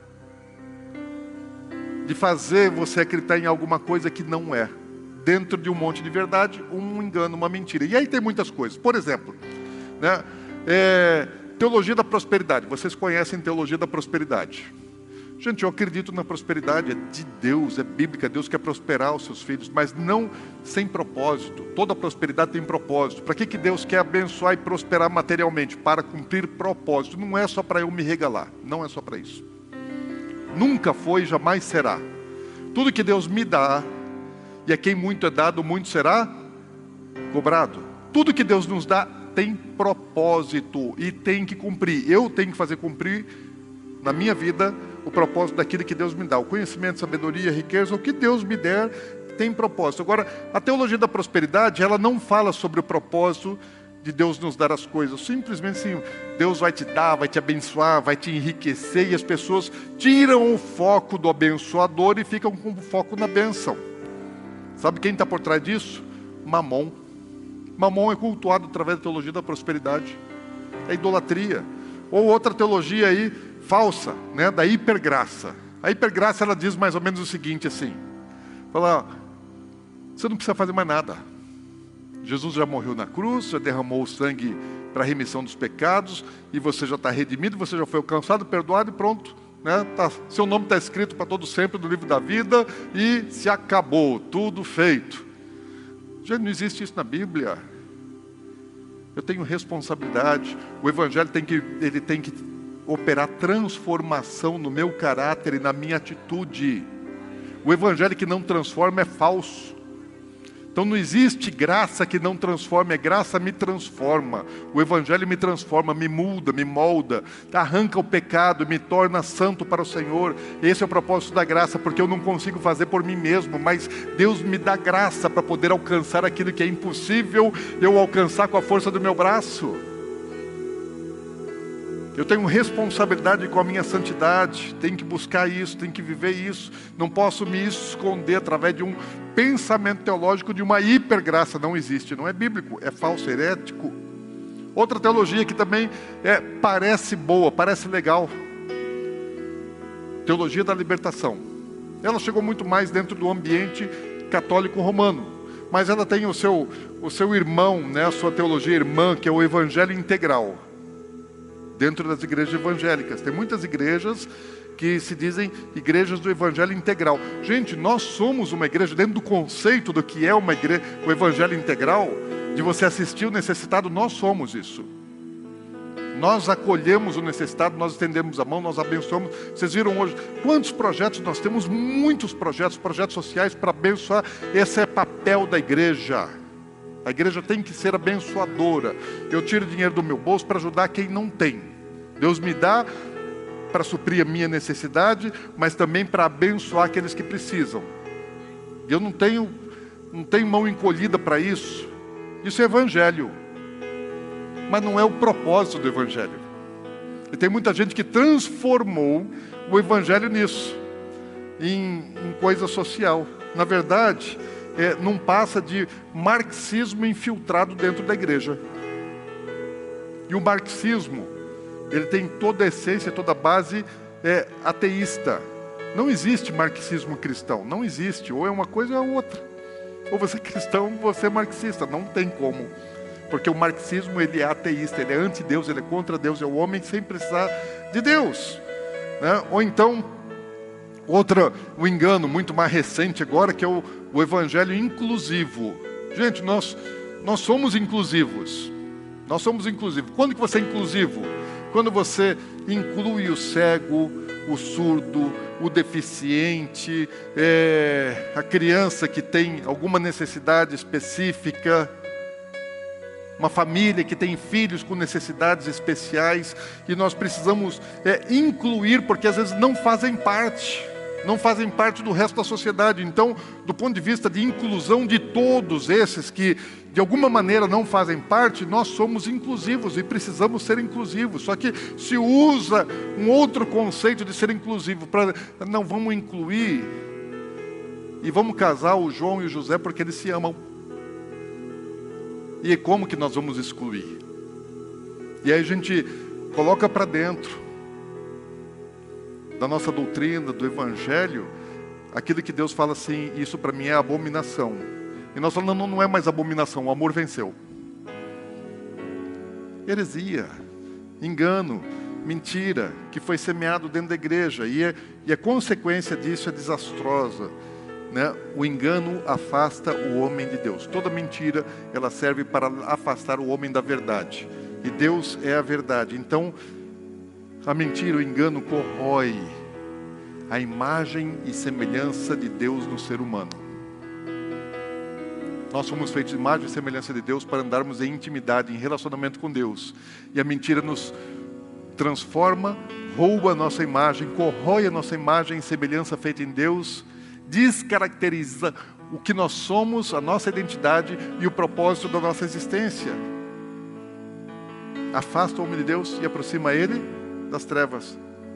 de fazer você acreditar em alguma coisa que não é. Dentro de um monte de verdade, um engano, uma mentira. E aí tem muitas coisas. Por exemplo, né, é, teologia da prosperidade. Vocês conhecem teologia da prosperidade. Gente, eu acredito na prosperidade, é de Deus, é bíblica. Deus quer prosperar os seus filhos, mas não sem propósito. Toda prosperidade tem propósito. Para que, que Deus quer abençoar e prosperar materialmente? Para cumprir propósito. Não é só para eu me regalar. Não é só para isso. Nunca foi, jamais será. Tudo que Deus me dá, e a quem muito é dado, muito será cobrado. Tudo que Deus nos dá tem propósito e tem que cumprir. Eu tenho que fazer cumprir na minha vida o propósito daquilo que Deus me dá. O conhecimento, sabedoria, riqueza, o que Deus me der tem propósito. Agora, a teologia da prosperidade, ela não fala sobre o propósito de Deus nos dar as coisas. Simplesmente assim, Deus vai te dar, vai te abençoar, vai te enriquecer, e as pessoas tiram o foco do abençoador e ficam com o foco na bênção. Sabe quem está por trás disso? Mamon. Mamon é cultuado através da teologia da prosperidade. É idolatria. Ou outra teologia aí, falsa, né, da hipergraça. A hipergraça, ela diz mais ou menos o seguinte assim, fala, você não precisa fazer mais nada. Jesus já morreu na cruz, já derramou o sangue para a remissão dos pecados, e você já está redimido, você já foi alcançado, perdoado e pronto. Né? Tá, seu nome está escrito para todo sempre no livro da vida, e se acabou, tudo feito. Já não existe isso na Bíblia. Eu tenho responsabilidade. O Evangelho tem que, ele tem que operar transformação no meu caráter e na minha atitude. O Evangelho que não transforma é falso. Então não existe graça que não transforme, a graça me transforma. O Evangelho me transforma, me muda, me molda, arranca o pecado, me torna santo para o Senhor. Esse é o propósito da graça, porque eu não consigo fazer por mim mesmo, mas Deus me dá graça para poder alcançar aquilo que é impossível eu alcançar com a força do meu braço. Eu tenho responsabilidade com a minha santidade, tenho que buscar isso, tenho que viver isso. Não posso me esconder através de um pensamento teológico de uma hipergraça. Não existe, não é bíblico, é falso, herético. Outra teologia que também é, parece boa, parece legal. Teologia da libertação. Ela chegou muito mais dentro do ambiente católico romano, mas ela tem o seu, o seu irmão, né, a sua teologia irmã, que é o Evangelho integral. Dentro das igrejas evangélicas. Tem muitas igrejas que se dizem igrejas do Evangelho integral. Gente, nós somos uma igreja, dentro do conceito do que é uma igreja, o Evangelho integral, de você assistir o necessitado, nós somos isso. Nós acolhemos o necessitado, nós estendemos a mão, nós abençoamos. Vocês viram hoje quantos projetos nós temos? Muitos projetos, projetos sociais para abençoar. Esse é papel da igreja. A igreja tem que ser abençoadora. Eu tiro dinheiro do meu bolso para ajudar quem não tem. Deus me dá para suprir a minha necessidade, mas também para abençoar aqueles que precisam. Eu não tenho, não tenho mão encolhida para isso. Isso é evangelho. Mas não é o propósito do evangelho. E tem muita gente que transformou o evangelho nisso, em, em coisa social. Na verdade, é, não passa de marxismo infiltrado dentro da igreja. E o marxismo, ele tem toda a essência, toda a base é, ateísta. Não existe marxismo cristão, não existe. Ou é uma coisa ou é outra. Ou você é cristão, ou você é marxista, não tem como. Porque o marxismo, ele é ateísta, ele é anti-Deus, ele é contra Deus, é o homem sem precisar de Deus, né? Ou então, outra, o engano muito mais recente agora, que é o, o evangelho inclusivo. Gente, nós, nós somos inclusivos. Nós somos inclusivos. Quando que você é inclusivo? Quando você inclui o cego, o surdo, o deficiente, é, a criança que tem alguma necessidade específica, uma família que tem filhos com necessidades especiais, e nós precisamos é, incluir, porque às vezes não fazem parte, não fazem parte do resto da sociedade. Então, do ponto de vista de inclusão de todos esses que de alguma maneira não fazem parte, nós somos inclusivos e precisamos ser inclusivos. Só que se usa um outro conceito de ser inclusivo para, não, vamos incluir e vamos casar o João e o José porque eles se amam. E como que nós vamos excluir? E aí a gente coloca para dentro da nossa doutrina, do evangelho, aquilo que Deus fala assim, isso para mim é abominação. E nós falamos, não, não é mais abominação, o amor venceu. Heresia, engano, mentira, que foi semeado dentro da igreja. E, é, e a consequência disso é desastrosa. Né? O engano afasta o homem de Deus. Toda mentira, ela serve para afastar o homem da verdade. E Deus é a verdade. Então, a mentira, o engano corrói a imagem e semelhança de Deus no ser humano. Nós somos feitos de imagem e semelhança de Deus para andarmos em intimidade, em relacionamento com Deus. E a mentira nos transforma, rouba a nossa imagem, corrói a nossa imagem e semelhança feita em Deus, descaracteriza o que nós somos, a nossa identidade e o propósito da nossa existência. Afasta o homem de Deus e aproxima ele das trevas.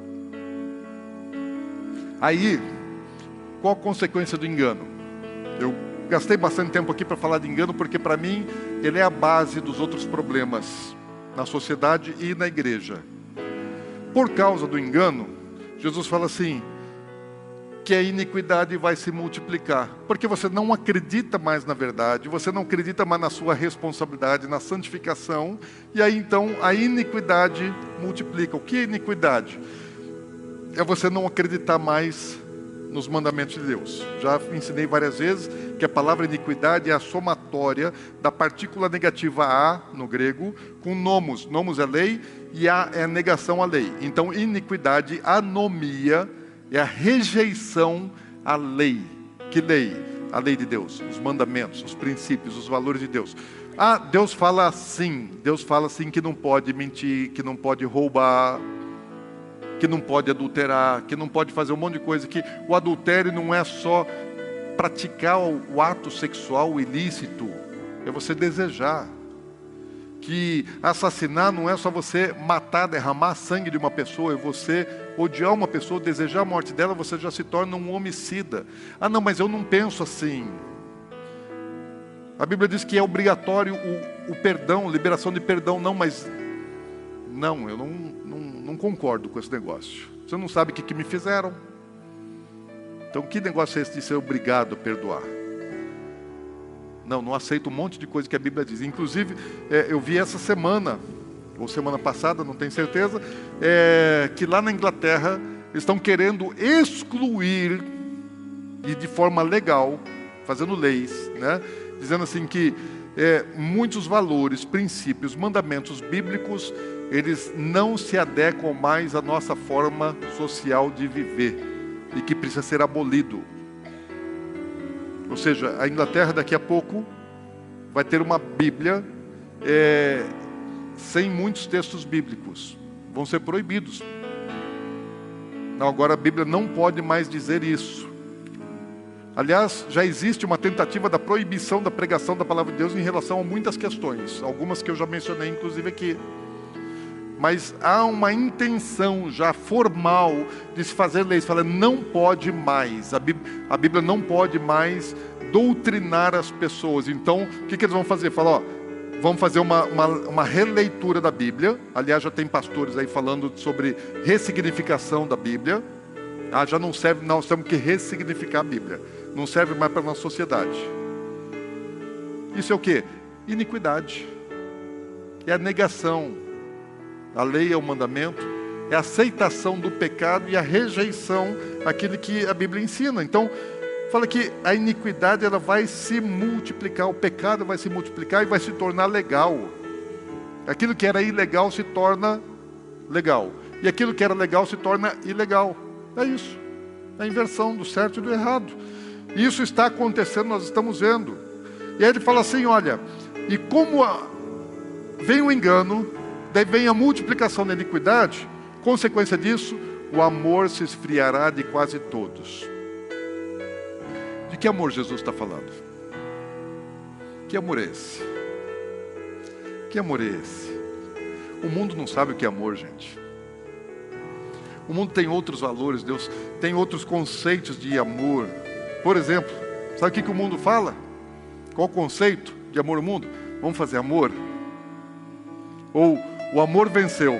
Aí, qual a consequência do engano? Eu gastei bastante tempo aqui para falar de engano, porque para mim ele é a base dos outros problemas na sociedade e na igreja. Por causa do engano, Jesus fala assim, que a iniquidade vai se multiplicar, porque você não acredita mais na verdade, você não acredita mais na sua responsabilidade, na santificação, e aí então a iniquidade multiplica. O que é iniquidade? É você não acreditar mais nos mandamentos de Deus. Já ensinei várias vezes que a palavra iniquidade é a somatória da partícula negativa a, no grego, com nomos. Nomos é lei e a é a negação à lei. Então, iniquidade, anomia, é a rejeição à lei. Que lei? A lei de Deus, os mandamentos, os princípios, os valores de Deus. Ah, Deus fala assim, Deus fala assim que não pode mentir, que não pode roubar, que não pode adulterar, que não pode fazer um monte de coisa, que o adultério não é só praticar o ato sexual ilícito, é você desejar. Que assassinar não é só você matar, derramar sangue de uma pessoa, é você odiar uma pessoa, desejar a morte dela, você já se torna um homicida. Ah não, mas eu não penso assim. A Bíblia diz que é obrigatório o, o perdão, liberação de perdão. Não, mas não, eu não, não, não concordo com esse negócio. Você não sabe o que, que me fizeram. Então que negócio é esse de ser obrigado a perdoar? Não, não aceito um monte de coisa que a Bíblia diz. Inclusive, é, eu vi essa semana, ou semana passada, não tenho certeza, é, que lá na Inglaterra estão querendo excluir, e de forma legal, fazendo leis, né, dizendo assim que é, muitos valores, princípios, mandamentos bíblicos, eles não se adequam mais à nossa forma social de viver, e que precisa ser abolido. Ou seja, a Inglaterra daqui a pouco vai ter uma Bíblia é, sem muitos textos bíblicos. Vão ser proibidos. Não, agora a Bíblia não pode mais dizer isso. Aliás, já existe uma tentativa da proibição da pregação da palavra de Deus em relação a muitas questões, algumas que eu já mencionei inclusive aqui. Mas há uma intenção já formal de se fazer leis, falando não pode mais, a Bíblia, a Bíblia não pode mais doutrinar as pessoas. Então, o que, que eles vão fazer? Falar, ó, vamos fazer uma, uma, uma releitura da Bíblia. Aliás, já tem pastores aí falando sobre ressignificação da Bíblia. Ah, já não serve, nós temos que ressignificar a Bíblia. Não serve mais para a nossa sociedade. Isso é o quê? Iniquidade. É a negação. A lei é o mandamento. É a aceitação do pecado e a rejeição àquilo que a Bíblia ensina. Então, fala que a iniquidade ela vai se multiplicar. O pecado vai se multiplicar e vai se tornar legal. Aquilo que era ilegal se torna legal. E aquilo que era legal se torna ilegal. É isso. É a inversão do certo e do errado. Isso está acontecendo, nós estamos vendo. E aí ele fala assim, olha, e como a... vem o engano, daí vem a multiplicação da iniquidade, consequência disso, o amor se esfriará de quase todos. De que amor Jesus está falando? Que amor é esse? Que amor é esse? O mundo não sabe o que é amor, gente. O mundo tem outros valores, Deus tem outros conceitos de amor. Por exemplo, sabe o que, que o mundo fala? Qual o conceito de amor no mundo? Vamos fazer amor? Ou o amor venceu.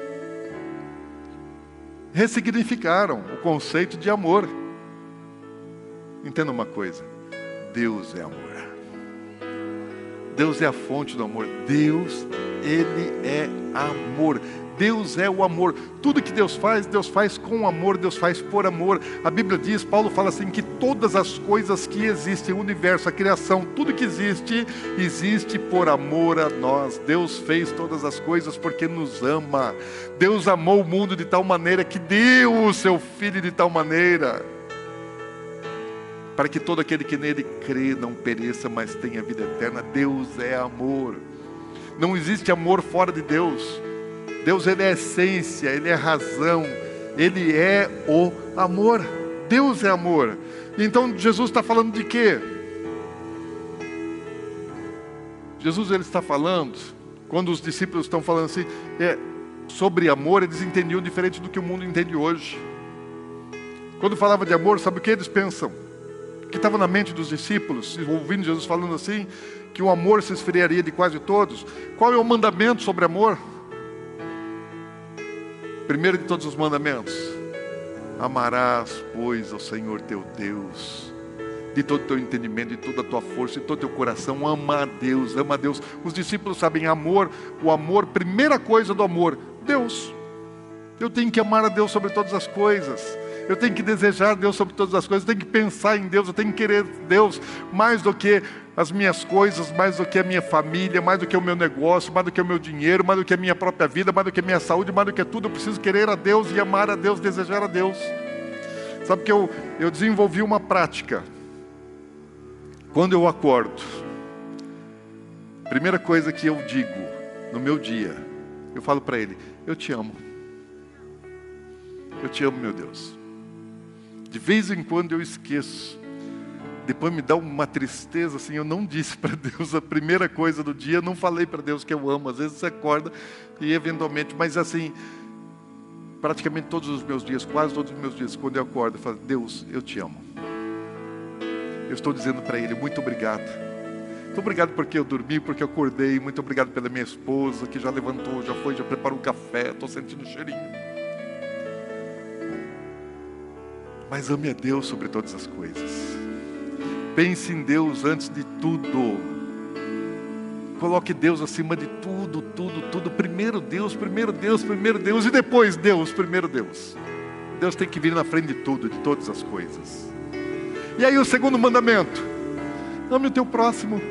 Ressignificaram o conceito de amor. Entenda uma coisa, Deus é amor. Deus é a fonte do amor. Deus, Ele é amor. Deus é o amor. Tudo que Deus faz, Deus faz com amor, Deus faz por amor. A Bíblia diz, Paulo fala assim, que todas as coisas que existem, o universo, a criação, tudo que existe, existe por amor a nós. Deus fez todas as coisas porque nos ama. Deus amou o mundo de tal maneira que deu o seu Filho de tal maneira, para que todo aquele que nele crê não pereça, mas tenha vida eterna. Deus é amor. Não existe amor fora de Deus. Deus, Ele é essência, Ele é razão, Ele é o amor. Deus é amor. Então Jesus está falando de quê? Jesus ele está falando, quando os discípulos estão falando assim, é, sobre amor, eles entendiam diferente do que o mundo entende hoje. Quando falava de amor, sabe o que eles pensam? O que estava na mente dos discípulos, ouvindo Jesus falando assim, que o amor se esfriaria de quase todos. Qual é o mandamento sobre amor? Primeiro de todos os mandamentos, amarás, pois, ao Senhor teu Deus, de todo o teu entendimento, de toda a tua força, de todo o teu coração. Ama a Deus, ama a Deus. Os discípulos sabem, amor, o amor, primeira coisa do amor, Deus. Eu tenho que amar a Deus sobre todas as coisas. Eu tenho que desejar Deus sobre todas as coisas. Eu tenho que pensar em Deus. Eu tenho que querer Deus mais do que as minhas coisas, mais do que a minha família, mais do que o meu negócio, mais do que o meu dinheiro, mais do que a minha própria vida, mais do que a minha saúde, mais do que tudo. Eu preciso querer a Deus e amar a Deus, desejar a Deus. Sabe que eu, eu desenvolvi uma prática. Quando eu acordo, primeira coisa que eu digo no meu dia, eu falo para Ele, eu te amo. Eu te amo, meu Deus. De vez em quando eu esqueço. Depois me dá uma tristeza, assim, eu não disse para Deus a primeira coisa do dia, eu não falei para Deus que eu amo. Às vezes você acorda e eventualmente, mas assim, praticamente todos os meus dias, quase todos os meus dias, quando eu acordo, eu falo, Deus, eu te amo. Eu estou dizendo para Ele, muito obrigado. Muito obrigado porque eu dormi, porque eu acordei. Muito obrigado pela minha esposa, que já levantou, já foi, já preparou um café, estou sentindo o cheirinho. Mas ame a Deus sobre todas as coisas. Pense em Deus antes de tudo. Coloque Deus acima de tudo, tudo, tudo. Primeiro Deus, primeiro Deus, primeiro Deus. E depois Deus, primeiro Deus. Deus tem que vir na frente de tudo, de todas as coisas. E aí o segundo mandamento. Ame o teu próximo.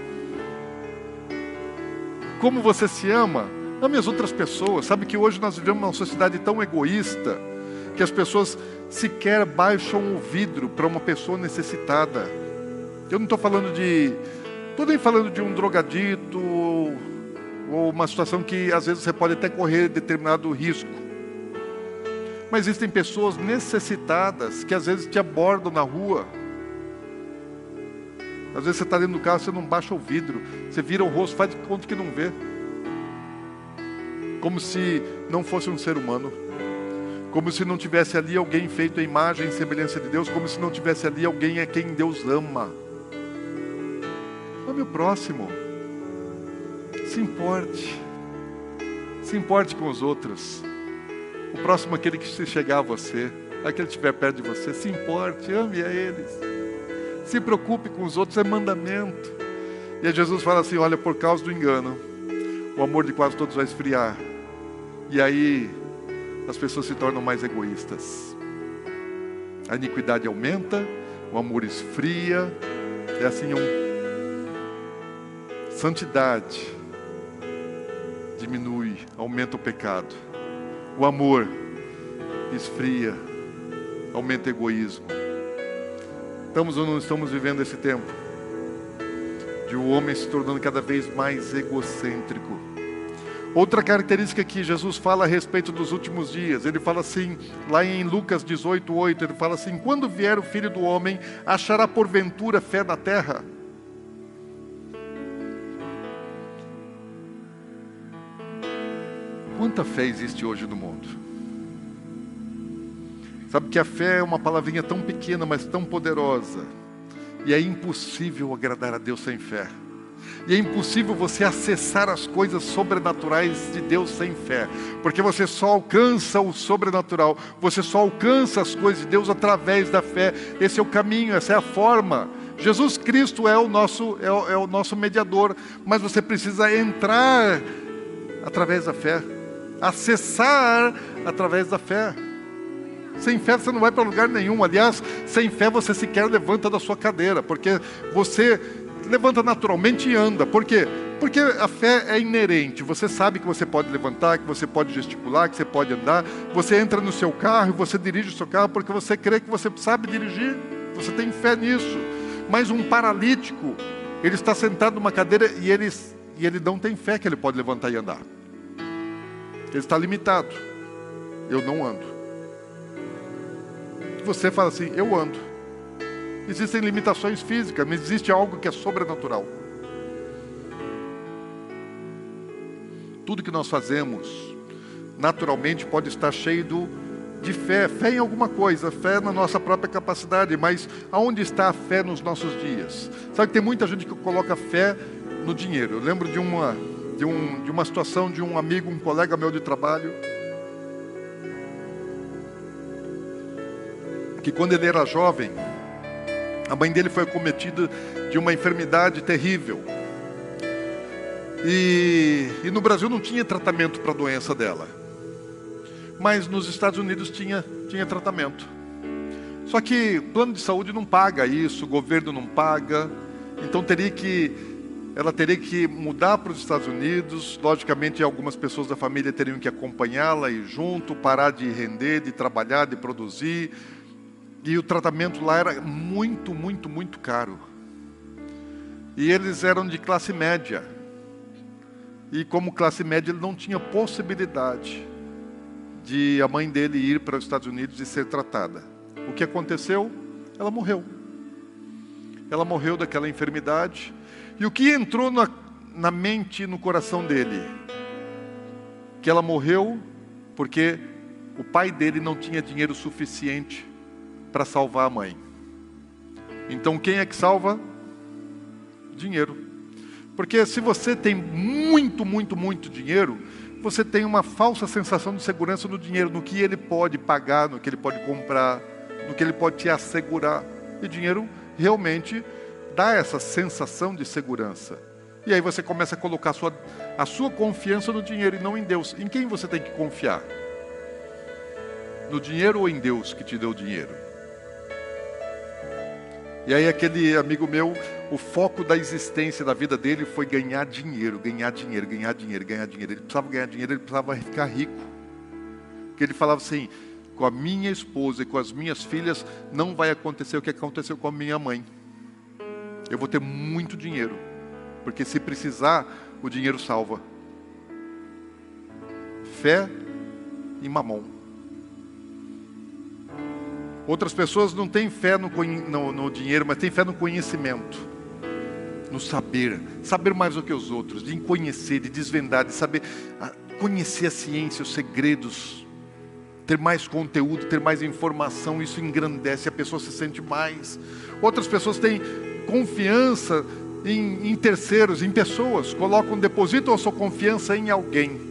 Como você se ama, ame as outras pessoas. Sabe que hoje nós vivemos numa sociedade tão egoísta que as pessoas sequer baixam o vidro para uma pessoa necessitada. Eu não estou falando de... Estou nem falando de um drogadito ou, ou uma situação que às vezes você pode até correr determinado risco. Mas existem pessoas necessitadas que às vezes te abordam na rua Às vezes você está dentro do carro, você não baixa o vidro, você vira o rosto, faz de conta que não vê. Como se não fosse um ser humano. Como se não tivesse ali alguém feito à imagem e semelhança de Deus. Como se não tivesse ali alguém a quem Deus ama. Ame o próximo. Se importe. Se importe com os outros. O próximo é aquele que se chegar a você. Aquele que estiver perto de você. Se importe, ame a eles. Se preocupe com os outros, é mandamento. E aí Jesus fala assim, olha, por causa do engano, o amor de quase todos vai esfriar. E aí as pessoas se tornam mais egoístas. A iniquidade aumenta, o amor esfria. É assim um... Santidade diminui, aumenta o pecado. O amor esfria, aumenta o egoísmo. Estamos ou não estamos vivendo esse tempo de o homem se tornando cada vez mais egocêntrico? Outra característica que Jesus fala a respeito dos últimos dias, ele fala assim, lá em Lucas dezoito, oito, ele fala assim, quando vier o Filho do Homem, achará porventura fé na terra? Quanta fé existe hoje no mundo? Sabe que a fé é uma palavrinha tão pequena, mas tão poderosa. E é impossível agradar a Deus sem fé. E é impossível você acessar as coisas sobrenaturais de Deus sem fé. Porque você só alcança o sobrenatural. Você só alcança as coisas de Deus através da fé. Esse é o caminho, essa é a forma. Jesus Cristo é o nosso, é o, é o nosso mediador. Mas você precisa entrar através da fé. Acessar através da fé. Sem fé você não vai para lugar nenhum. Aliás, sem fé você sequer levanta da sua cadeira. Porque você levanta naturalmente e anda. Por quê? Porque a fé é inerente. Você sabe que você pode levantar, que você pode gesticular, que você pode andar. Você entra no seu carro e você dirige o seu carro porque você crê que você sabe dirigir. Você tem fé nisso. Mas um paralítico, ele está sentado numa cadeira e ele, e ele não tem fé que ele pode levantar e andar. Ele está limitado. Eu não ando. Você fala assim, eu ando. Existem limitações físicas, mas existe algo que é sobrenatural. Tudo que nós fazemos, naturalmente, pode estar cheio do, de fé. Fé em alguma coisa, fé na nossa própria capacidade. Mas aonde está a fé nos nossos dias? Sabe que tem muita gente que coloca fé no dinheiro. Eu lembro de uma, de, um, de uma situação de um amigo, um colega meu de trabalho, que quando ele era jovem, a mãe dele foi acometida de uma enfermidade terrível. E, e no Brasil não tinha tratamento para a doença dela. Mas nos Estados Unidos tinha, tinha tratamento. Só que o plano de saúde não paga isso, o governo não paga. Então teria que, ela teria que mudar para os Estados Unidos. Logicamente algumas pessoas da família teriam que acompanhá-la e junto, parar de render, de trabalhar, de produzir. E o tratamento lá era muito, muito, muito caro. E eles eram de classe média. E como classe média, ele não tinha possibilidade de a mãe dele ir para os Estados Unidos e ser tratada. O que aconteceu? Ela morreu. Ela morreu daquela enfermidade. E o que entrou na, na mente e no coração dele? Que ela morreu porque o pai dele não tinha dinheiro suficiente para salvar a mãe. Então quem é que salva? Dinheiro. Porque se você tem muito, muito, muito dinheiro, você tem uma falsa sensação de segurança no dinheiro, no que ele pode pagar, no que ele pode comprar, no que ele pode te assegurar. E dinheiro realmente dá essa sensação de segurança. E aí você começa a colocar a sua, a sua confiança no dinheiro e não em Deus. Em quem você tem que confiar? No dinheiro ou em Deus que te deu o dinheiro? E aí aquele amigo meu, o foco da existência da vida dele foi ganhar dinheiro, ganhar dinheiro, ganhar dinheiro, ganhar dinheiro. Ele precisava ganhar dinheiro, ele precisava ficar rico. Porque ele falava assim, com a minha esposa e com as minhas filhas não vai acontecer o que aconteceu com a minha mãe. Eu vou ter muito dinheiro, porque se precisar, o dinheiro salva. Fé e mamão. Outras pessoas não têm fé no, no, no dinheiro, mas têm fé no conhecimento. no saber, saber mais do que os outros, de conhecer, de desvendar, de saber, conhecer a ciência, os segredos, ter mais conteúdo, ter mais informação. Isso engrandece, a pessoa se sente mais. Outras pessoas têm confiança em, em terceiros, em pessoas, colocam, depositam a sua confiança em alguém,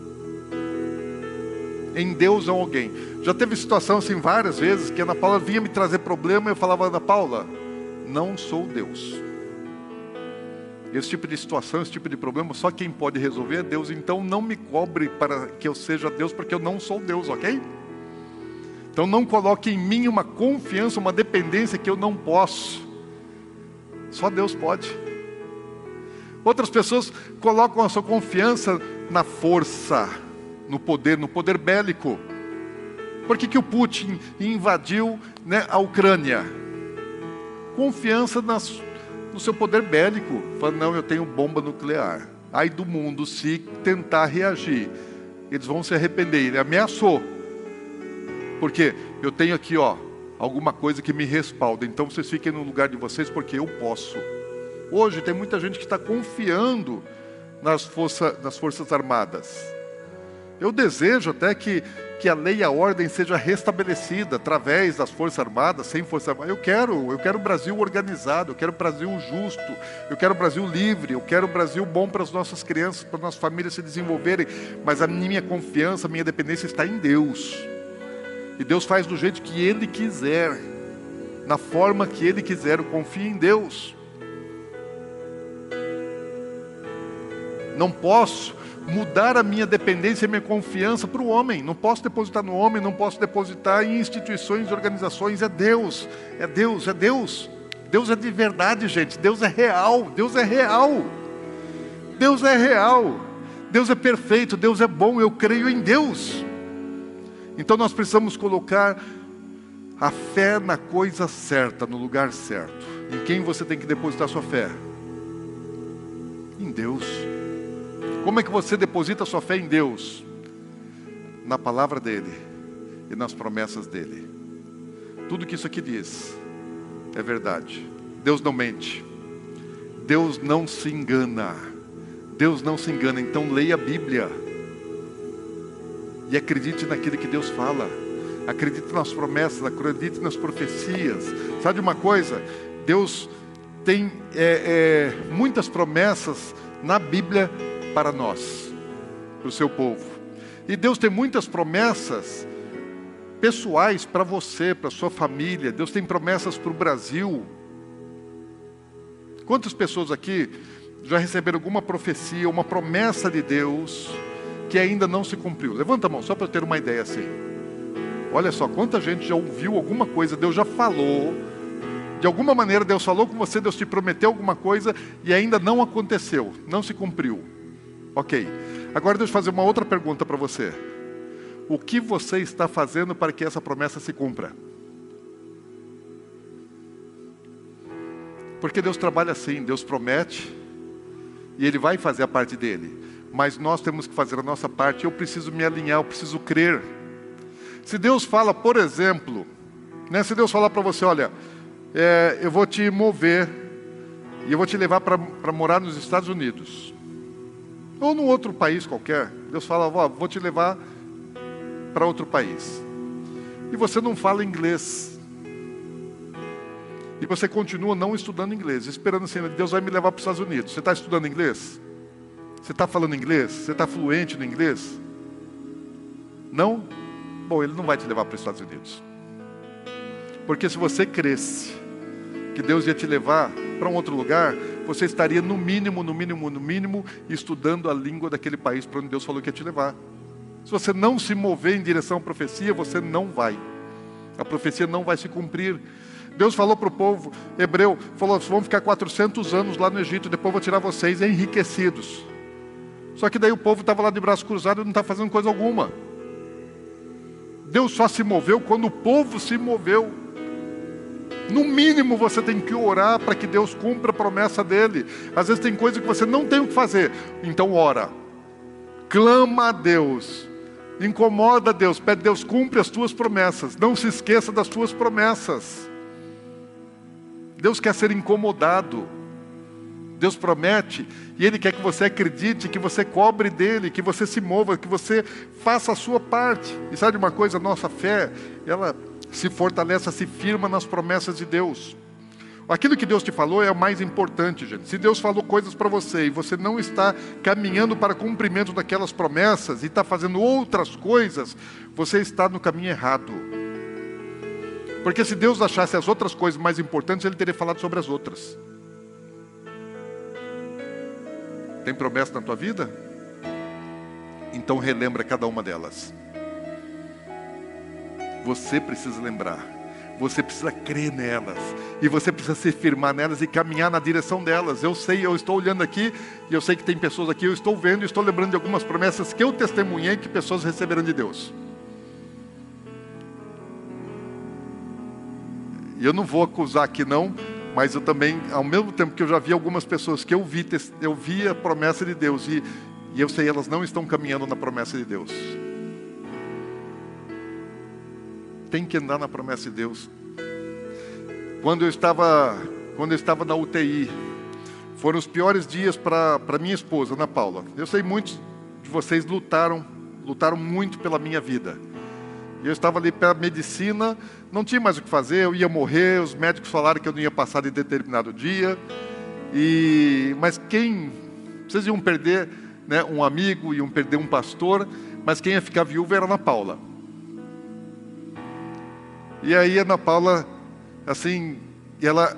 em Deus ou alguém. Já teve situação assim várias vezes, que a Ana Paula vinha me trazer problema, e eu falava: Ana Paula, não sou Deus. Esse tipo de situação, esse tipo de problema, só quem pode resolver é Deus. Então não me cobre para que eu seja Deus, porque eu não sou Deus, ok? Então não coloque em mim uma confiança, uma dependência que eu não posso. Só Deus pode. Outras pessoas colocam a sua confiança na força, no poder, no poder bélico. Por que que o Putin invadiu, né, a Ucrânia? Confiança nas, no seu poder bélico. Falando: não, eu tenho bomba nuclear. Ai do mundo se tentar reagir, eles vão se arrepender. Ele ameaçou. Porque eu tenho aqui, ó, alguma coisa que me respalda. Então vocês fiquem no lugar de vocês, porque eu posso. Hoje tem muita gente que está confiando nas, força, nas Forças Armadas. Eu desejo até que, que a lei e a ordem seja restabelecida através das Forças Armadas, sem Força Armada. Eu quero, eu quero o Brasil organizado, eu quero o Brasil justo, eu quero o Brasil livre, eu quero o Brasil bom para as nossas crianças, para as nossas famílias se desenvolverem. Mas a minha confiança, a minha dependência está em Deus. E Deus faz do jeito que Ele quiser, na forma que Ele quiser. Eu confio em Deus. Não posso mudar a minha dependência e a minha confiança para o homem. Não posso depositar no homem, não posso depositar em instituições, organizações. É Deus, é Deus, é Deus. Deus é de verdade, gente. Deus é real, Deus é real. Deus é real. Deus é perfeito, Deus é bom. Eu creio em Deus. Então nós precisamos colocar a fé na coisa certa, no lugar certo. Em quem você tem que depositar sua fé? Em Deus. Como é que você deposita sua fé em Deus? Na palavra dEle e nas promessas dEle. Tudo que isso aqui diz é verdade. Deus não mente. Deus não se engana. Deus não se engana. Então leia a Bíblia e acredite naquilo que Deus fala. Acredite nas promessas, acredite nas profecias. Sabe uma coisa? Deus tem é, é, muitas promessas na Bíblia para nós, para o seu povo. E Deus tem muitas promessas pessoais para você, para a sua família. Deus tem promessas para o Brasil. Quantas pessoas aqui já receberam alguma profecia, uma promessa de Deus que ainda não se cumpriu? Levanta a mão, só para eu ter uma ideia assim. Olha só, quanta gente já ouviu alguma coisa, Deus já falou, de alguma maneira Deus falou com você, Deus te prometeu alguma coisa e ainda não aconteceu, não se cumpriu. Ok, agora deixa eu fazer uma outra pergunta para você. O que você está fazendo para que essa promessa se cumpra? Porque Deus trabalha assim, Deus promete e Ele vai fazer a parte dele. Mas nós temos que fazer a nossa parte. Eu preciso me alinhar, eu preciso crer. Se Deus fala, por exemplo, né, se Deus falar para você: olha, é, eu vou te mover e eu vou te levar para morar nos Estados Unidos, ou num outro país qualquer. Deus fala: ó, vou te levar para outro país. E você não fala inglês. E você continua não estudando inglês, esperando assim: Deus vai me levar para os Estados Unidos. Você está estudando inglês? Você está falando inglês? Você está fluente no inglês? Não? Bom, Ele não vai te levar para os Estados Unidos. Porque se você cresce que Deus ia te levar para um outro lugar, você estaria no mínimo, no mínimo, no mínimo, estudando a língua daquele país para onde Deus falou que ia te levar. Se você não se mover em direção à profecia, você não vai. A profecia não vai se cumprir. Deus falou para o povo hebreu, falou: vão ficar quatrocentos anos lá no Egito, depois eu vou tirar vocês enriquecidos. Só que daí o povo estava lá de braço cruzado e não está fazendo coisa alguma. Deus só se moveu quando o povo se moveu. No mínimo você tem que orar para que Deus cumpra a promessa dele. Às vezes tem coisa que você não tem o que fazer, então ora, clama a Deus, incomoda a Deus, pede: Deus, cumpre as tuas promessas. Não se esqueça das tuas promessas. Deus quer ser incomodado. Deus promete, e Ele quer que você acredite, que você cobre dEle, que você se mova, que você faça a sua parte. E sabe uma coisa? Nossa fé, ela se fortalece, se firma nas promessas de Deus. Aquilo que Deus te falou é o mais importante, gente. Se Deus falou coisas para você e você não está caminhando para cumprimento daquelas promessas e está fazendo outras coisas, você está no caminho errado. Porque se Deus achasse as outras coisas mais importantes, Ele teria falado sobre as outras. Tem promessa na tua vida? Então relembra cada uma delas. Você precisa lembrar. Você precisa crer nelas. E você precisa se firmar nelas e caminhar na direção delas. Eu sei, eu estou olhando aqui, e eu sei que tem pessoas aqui, eu estou vendo e estou lembrando de algumas promessas que eu testemunhei que pessoas receberam de Deus. E eu não vou acusar aqui não, mas eu também, ao mesmo tempo que eu já vi algumas pessoas que eu vi, eu vi a promessa de Deus, e, e eu sei, elas não estão caminhando na promessa de Deus. Tem que andar na promessa de Deus. Quando eu estava, quando eu estava na U T I, foram os piores dias para para minha esposa, Ana Paula. Eu sei, muitos de vocês lutaram, lutaram muito pela minha vida. E eu estava ali pela medicina, não tinha mais o que fazer, eu ia morrer, os médicos falaram que eu não ia passar de determinado dia. E, mas quem, vocês iam perder, né, um amigo, iam perder um pastor, mas quem ia ficar viúva era a Ana Paula. E aí a Ana Paula, assim, ela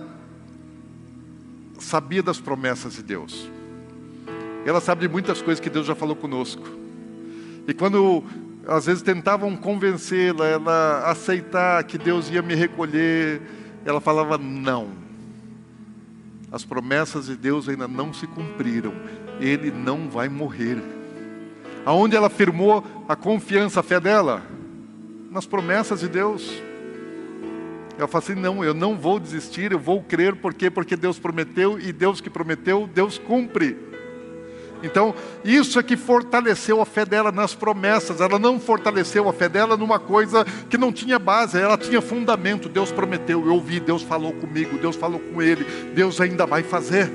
sabia das promessas de Deus. Ela sabe de muitas coisas que Deus já falou conosco. E quando às vezes tentavam convencê-la, ela aceitar que Deus ia me recolher, ela falava não. As promessas de Deus ainda não se cumpriram. Ele não vai morrer. Aonde ela firmou a confiança, a fé dela? Nas promessas de Deus. Ela fala assim, não, eu não vou desistir, eu vou crer, por quê? Porque Deus prometeu, e Deus que prometeu, Deus cumpre. Então, isso é que fortaleceu a fé dela nas promessas. Ela não fortaleceu a fé dela numa coisa que não tinha base, ela tinha fundamento. Deus prometeu, eu ouvi, Deus falou comigo, Deus falou com ele, Deus ainda vai fazer.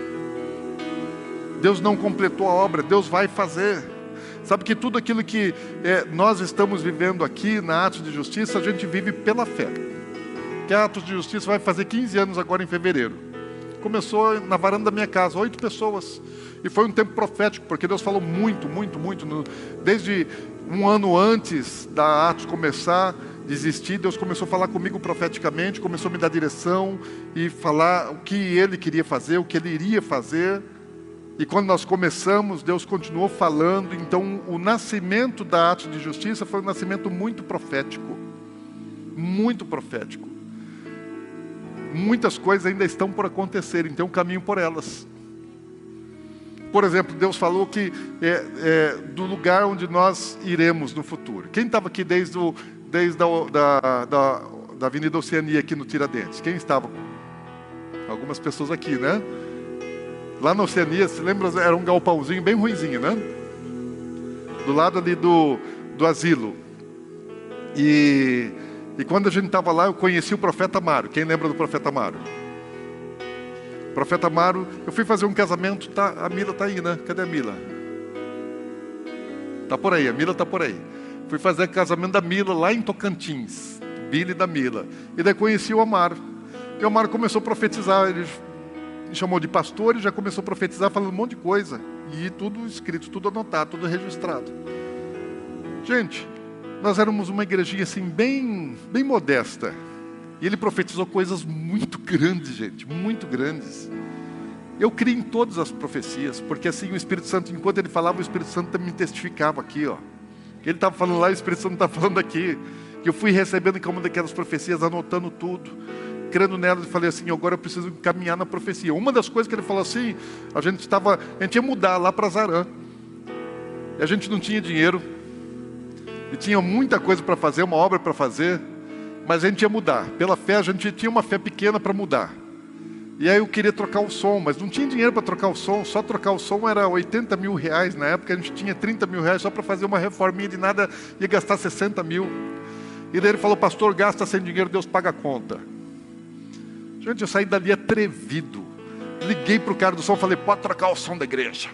Deus não completou a obra, Deus vai fazer. Sabe que tudo aquilo que é, nós estamos vivendo aqui na Atos de Justiça, a gente vive pela fé. Que a Atos de Justiça vai fazer quinze anos agora em fevereiro. Começou na varanda da minha casa, oito pessoas. E foi um tempo profético, porque Deus falou muito, muito, muito. No, desde um ano antes da Atos começar, de existir, Deus começou a falar comigo profeticamente, começou a me dar direção e falar o que Ele queria fazer, o que Ele iria fazer. E quando nós começamos, Deus continuou falando. Então o nascimento da Atos de Justiça foi um nascimento muito profético. Muito profético. Muitas coisas ainda estão por acontecer, então caminho por elas. Por exemplo, Deus falou que é, é, do lugar onde nós iremos no futuro. Quem estava aqui desde, o, desde a, da, da, da Avenida Oceania aqui no Tiradentes? Quem estava? Algumas pessoas aqui, né? Lá na Oceania, se lembra, era um galpãozinho bem ruinzinho, né? Do lado ali do, do asilo. E... E quando a gente estava lá, eu conheci o profeta Amaro. Quem lembra do profeta Amaro? O profeta Amaro, eu fui fazer um casamento, tá, a Mila está aí, né? Cadê a Mila? Está por aí, a Mila está por aí. Fui fazer o casamento da Mila lá em Tocantins, Billy e da Mila. E daí conheci o Amaro. E o Amaro começou a profetizar, ele me chamou de pastor e já começou a profetizar, falando um monte de coisa. E tudo escrito, tudo anotado, tudo registrado. Gente... Nós éramos uma igrejinha assim, bem, bem modesta. E ele profetizou coisas muito grandes, gente, muito grandes. Eu criei em todas as profecias, porque assim o Espírito Santo, enquanto ele falava, o Espírito Santo também me testificava aqui, ó. Ele estava falando lá e o Espírito Santo estava falando aqui. Que eu fui recebendo cada uma daquelas profecias, anotando tudo, crendo nelas e falei assim, agora eu preciso caminhar na profecia. Uma das coisas que ele falou assim, a gente estava, a gente ia mudar lá para Zarã. E a gente não tinha dinheiro. E tinha muita coisa para fazer, uma obra para fazer, mas a gente ia mudar. Pela fé, a gente tinha uma fé pequena para mudar. E aí eu queria trocar o som, mas não tinha dinheiro para trocar o som. Só trocar o som era oitenta mil reais. Na época a gente tinha trinta mil reais só para fazer uma reforminha de nada, ia gastar sessenta mil. E daí ele falou, pastor, gasta sem dinheiro, Deus paga a conta. Gente, eu saí dali atrevido. Liguei para o cara do som, falei, pode trocar o som da igreja.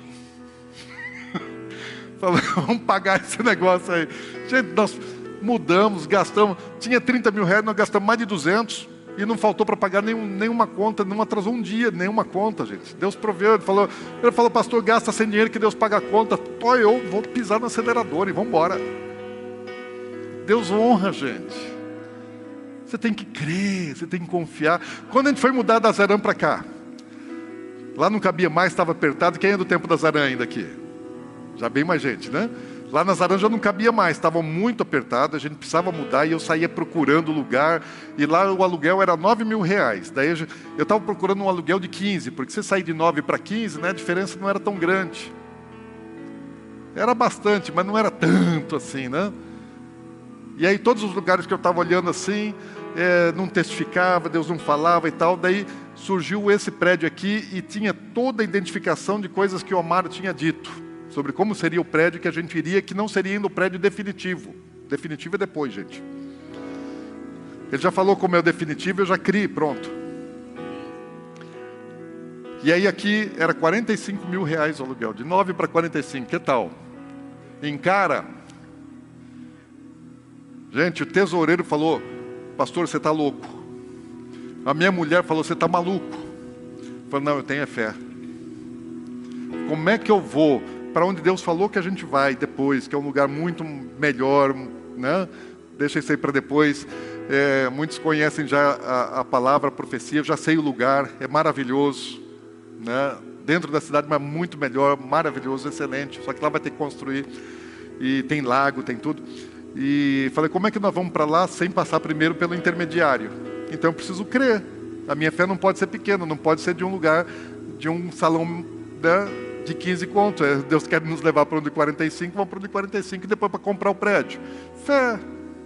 Falei, vamos pagar esse negócio aí. Gente, nós mudamos, gastamos, tinha trinta mil reais, nós gastamos mais de duzentos. E não faltou para pagar nenhum, nenhuma conta, não atrasou um dia, nenhuma conta, gente. Deus proveu, ele falou, ele falou, pastor, gasta sem dinheiro que Deus paga a conta. Tô, eu vou pisar no acelerador e vamos embora. Deus honra, gente. Você tem que crer, você tem que confiar. Quando a gente foi mudar da Zarã para cá, lá não cabia mais, estava apertado. Quem é do tempo da Zarã ainda aqui? Já bem mais gente, né? Lá na Zarã já não cabia mais, estava muito apertado, a gente precisava mudar e eu saía procurando lugar. E lá o aluguel era nove mil reais. Daí eu estava procurando um aluguel de quinze, porque você sair de nove para quinze, né, a diferença não era tão grande. Era bastante, mas não era tanto assim, né? E aí todos os lugares que eu estava olhando assim, é, não testificava, Deus não falava e tal. Daí surgiu esse prédio aqui e tinha toda a identificação de coisas que o Amaro tinha dito sobre como seria o prédio que a gente iria, que não seria ainda o prédio definitivo. Definitivo é depois, gente. Ele já falou como é o definitivo, eu já criei, pronto. E aí aqui era quarenta e cinco mil reais o aluguel, de nove para quarenta e cinco, que tal? Encara. Gente, o tesoureiro falou, pastor, você está louco. A minha mulher falou, você está maluco. Eu falei, não, eu tenho é fé. Como é que eu vou para onde Deus falou que a gente vai depois, que é um lugar muito melhor, né? Deixa isso aí para depois. É, muitos conhecem já a, a palavra, a profecia, eu já sei o lugar, é maravilhoso, né? Dentro da cidade, mas muito melhor, maravilhoso, excelente. Só que lá vai ter que construir, e tem lago, tem tudo. E falei, como é que nós vamos para lá sem passar primeiro pelo intermediário? Então eu preciso crer. A minha fé não pode ser pequena, não pode ser de um lugar, de um salão, né, de quinze contos. Deus quer nos levar para um de quarenta e cinco, vamos para um de quarenta e cinco e depois para comprar o prédio. Fé.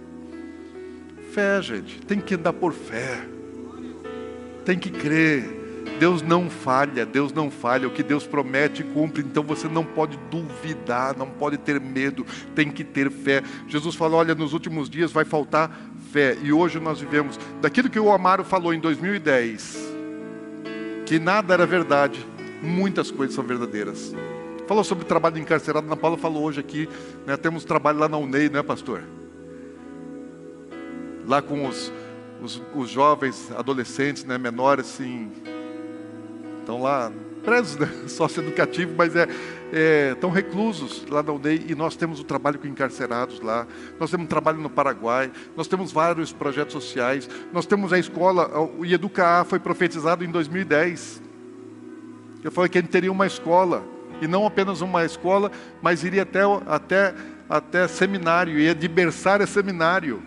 Fé, gente. Tem que andar por fé. Tem que crer. Deus não falha, Deus não falha. O que Deus promete, cumpre. Então você não pode duvidar, não pode ter medo. Tem que ter fé. Jesus falou, olha, nos últimos dias vai faltar fé. E hoje nós vivemos daquilo que o Amaro falou em dois mil e dez, que nada era verdade. Muitas coisas são verdadeiras. Falou sobre trabalho de encarcerado, Ana Paula falou hoje aqui, né, temos trabalho lá na U N E I, né, pastor? Lá com os, os, os jovens, adolescentes, né, menores, assim, estão lá presos, né, socioeducativo, mas é, é, estão reclusos lá na U N E I, e nós temos o trabalho com encarcerados lá, nós temos um trabalho no Paraguai, nós temos vários projetos sociais, nós temos a escola, o Educa A foi profetizado em dois mil e dez, eu falei que a gente teria uma escola, e não apenas uma escola, mas iria até, até, até seminário, ia de berçário a seminário.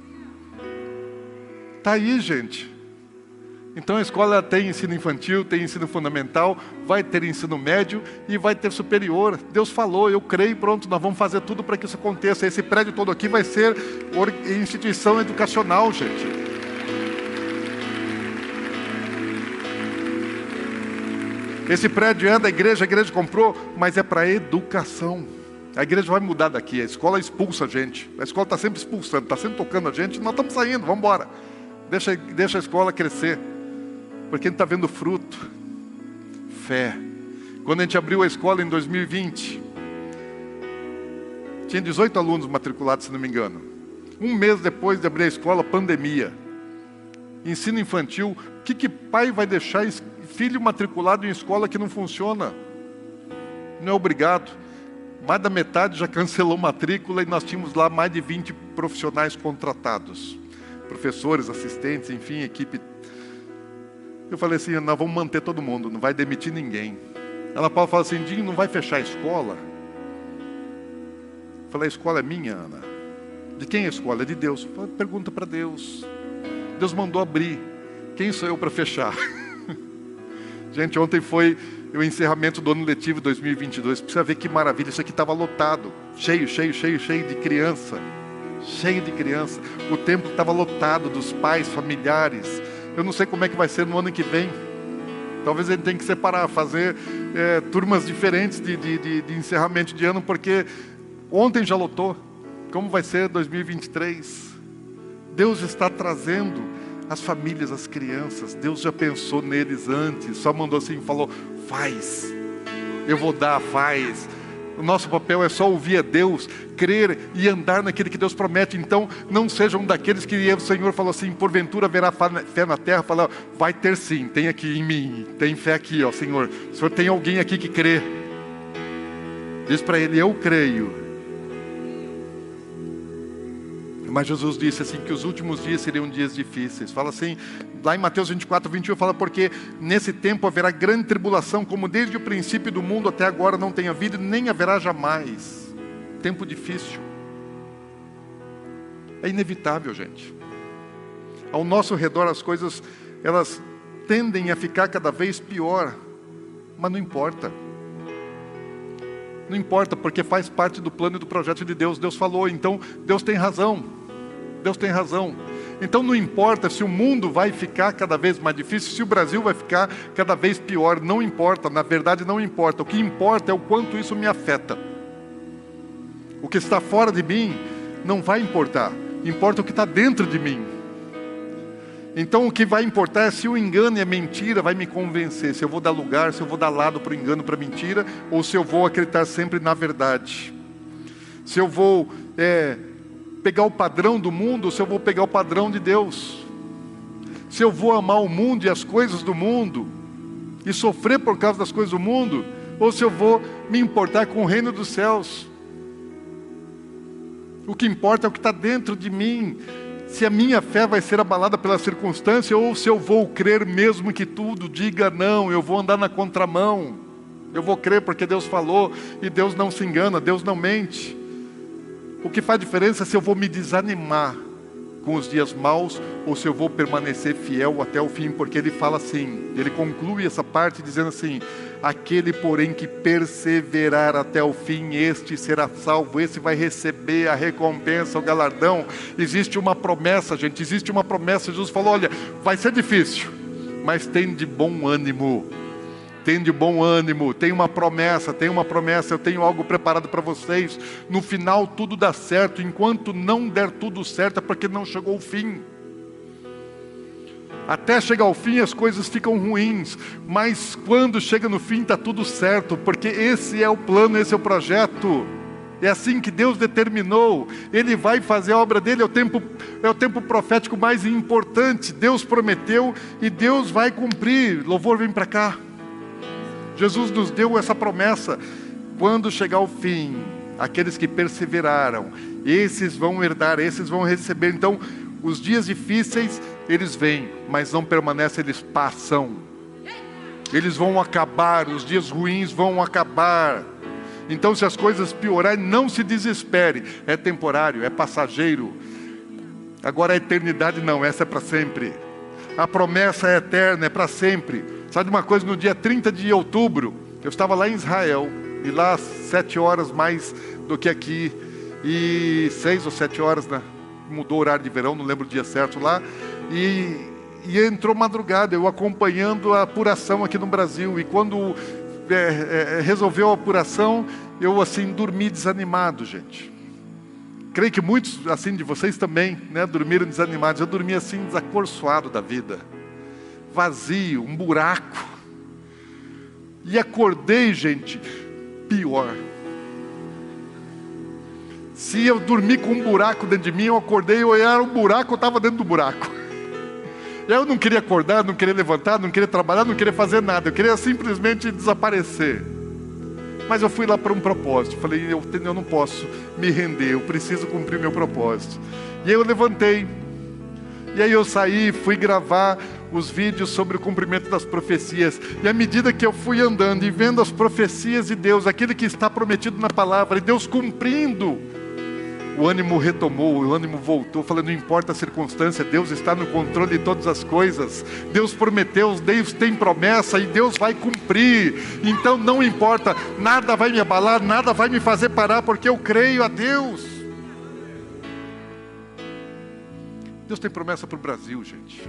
Está aí, gente. Então a escola tem ensino infantil, tem ensino fundamental, vai ter ensino médio e vai ter superior. Deus falou, eu creio, pronto, nós vamos fazer tudo para que isso aconteça. Esse prédio todo aqui vai ser instituição educacional, gente. Esse prédio é da igreja, a igreja comprou, mas é para educação. A igreja vai mudar daqui, a escola expulsa a gente. A escola está sempre expulsando, está sempre tocando a gente, nós estamos saindo, vamos embora. Deixa, deixa a escola crescer, porque a gente está vendo fruto. Fé. Quando a gente abriu a escola em dois mil e vinte, tinha dezoito alunos matriculados, se não me engano. Um mês depois de abrir a escola, pandemia. Ensino infantil, o que, que pai vai deixar filho matriculado em escola que não funciona? Não é obrigado. Mais da metade já cancelou matrícula e nós tínhamos lá mais de vinte profissionais contratados. Professores, assistentes, enfim, equipe. Eu falei assim, nós vamos manter todo mundo, não vai demitir ninguém. Ana Paula fala assim, Dinho, não vai fechar a escola? Eu falei, a escola é minha, Ana. De quem é a escola? É de Deus. Eu falei, pergunta para Deus. Deus mandou abrir. Quem sou eu para fechar? Gente, ontem foi o encerramento do ano letivo dois mil e vinte e dois. Precisa ver que maravilha. Isso aqui estava lotado. Cheio, cheio, cheio, cheio de criança. Cheio de criança. O templo estava lotado dos pais, familiares. Eu não sei como é que vai ser no ano que vem. Talvez ele tenha que separar, fazer é, turmas diferentes de, de, de, de encerramento de ano, porque ontem já lotou. Como vai ser dois mil e vinte e três? Deus está trazendo As famílias, as crianças, Deus já pensou neles antes, só mandou assim, falou, faz, eu vou dar, faz. O nosso papel é só ouvir a Deus, crer e andar naquilo que Deus promete. Então, não sejam daqueles que o Senhor falou assim, porventura haverá fé na terra, fala, vai ter sim, tem aqui em mim, tem fé aqui, ó Senhor. O Senhor tem alguém aqui que crê. Diz para ele, eu creio. Mas Jesus disse assim, que os últimos dias seriam dias difíceis. Fala assim, lá em Mateus vinte e quatro, vinte e um, fala, porque nesse tempo haverá grande tribulação, como desde o princípio do mundo até agora não tem havido, nem haverá jamais. Tempo difícil. É inevitável, gente. Ao nosso redor as coisas, elas tendem a ficar cada vez pior, mas não importa. Não importa, porque faz parte do plano e do projeto de Deus. Deus falou, então Deus tem razão. Deus tem razão. Então não importa se o mundo vai ficar cada vez mais difícil, se o Brasil vai ficar cada vez pior, não importa, na verdade não importa. O que importa é o quanto isso me afeta. O que está fora de mim não vai importar, importa o que está dentro de mim. Então o que vai importar é se o engano e a mentira vai me convencer, se eu vou dar lugar, se eu vou dar lado para o engano, para a mentira, ou se eu vou acreditar sempre na verdade. Se eu vou é, pegar o padrão do mundo, ou se eu vou pegar o padrão de Deus. Se eu vou amar o mundo e as coisas do mundo, e sofrer por causa das coisas do mundo, ou se eu vou me importar com o reino dos céus. O que importa é o que está dentro de mim. Se a minha fé vai ser abalada pela circunstância, ou se eu vou crer mesmo que tudo diga não, eu vou andar na contramão. Eu vou crer porque Deus falou, e Deus não se engana, Deus não mente. O que faz diferença é se eu vou me desanimar com os dias maus, ou se eu vou permanecer fiel até o fim, porque ele fala assim, ele conclui essa parte dizendo assim, aquele porém que perseverar até o fim, este será salvo, esse vai receber a recompensa, o galardão. Existe uma promessa, gente, existe uma promessa. Jesus falou, olha, vai ser difícil, mas tem de bom ânimo. Tem de bom ânimo, tem uma promessa, tem uma promessa, eu tenho algo preparado para vocês. No final tudo dá certo, enquanto não der tudo certo é porque não chegou o fim. Até chegar ao fim as coisas ficam ruins, mas quando chega no fim está tudo certo, porque esse é o plano, esse é o projeto. É assim que Deus determinou. Ele vai fazer a obra dele, é o tempo, é o tempo profético mais importante. Deus prometeu e Deus vai cumprir. Louvor, vem para cá. Jesus nos deu essa promessa. Quando chegar o fim, aqueles que perseveraram, esses vão herdar, esses vão receber. Então, os dias difíceis, eles vêm, mas não permanecem, eles passam. Eles vão acabar, os dias ruins vão acabar. Então, se as coisas piorarem, não se desespere. É temporário, é passageiro. Agora a eternidade não, essa é para sempre. A promessa é eterna, é para sempre. Sabe uma coisa, no dia trinta de outubro, eu estava lá em Israel, e lá sete horas mais do que aqui, e seis ou sete horas, né? Mudou o horário de verão, não lembro o dia certo lá, e, e entrou madrugada, eu acompanhando a apuração aqui no Brasil, e quando é, é, resolveu a apuração, eu assim dormi desanimado, gente. Creio que muitos assim de vocês também, né, dormiram desanimados. Eu dormi assim desacorçoado da vida, vazio, um buraco. E acordei, gente, pior. Se eu dormi com um buraco dentro de mim, eu acordei, eu era um buraco, eu estava dentro do buraco. Eu não queria acordar, não queria levantar, não queria trabalhar, não queria fazer nada. Eu queria simplesmente desaparecer. Mas eu fui lá para um propósito. Falei, eu, eu não posso me render, eu preciso cumprir meu propósito. E aí eu levantei. E aí eu saí, fui gravar os vídeos sobre o cumprimento das profecias. E à medida que eu fui andando e vendo as profecias de Deus, aquilo que está prometido na palavra, e Deus cumprindo, o ânimo retomou, o ânimo voltou. Falei, não importa a circunstância, Deus está no controle de todas as coisas. Deus prometeu, Deus tem promessa e Deus vai cumprir. Então não importa, nada vai me abalar, nada vai me fazer parar, porque eu creio a Deus. Deus tem promessa para o Brasil, gente.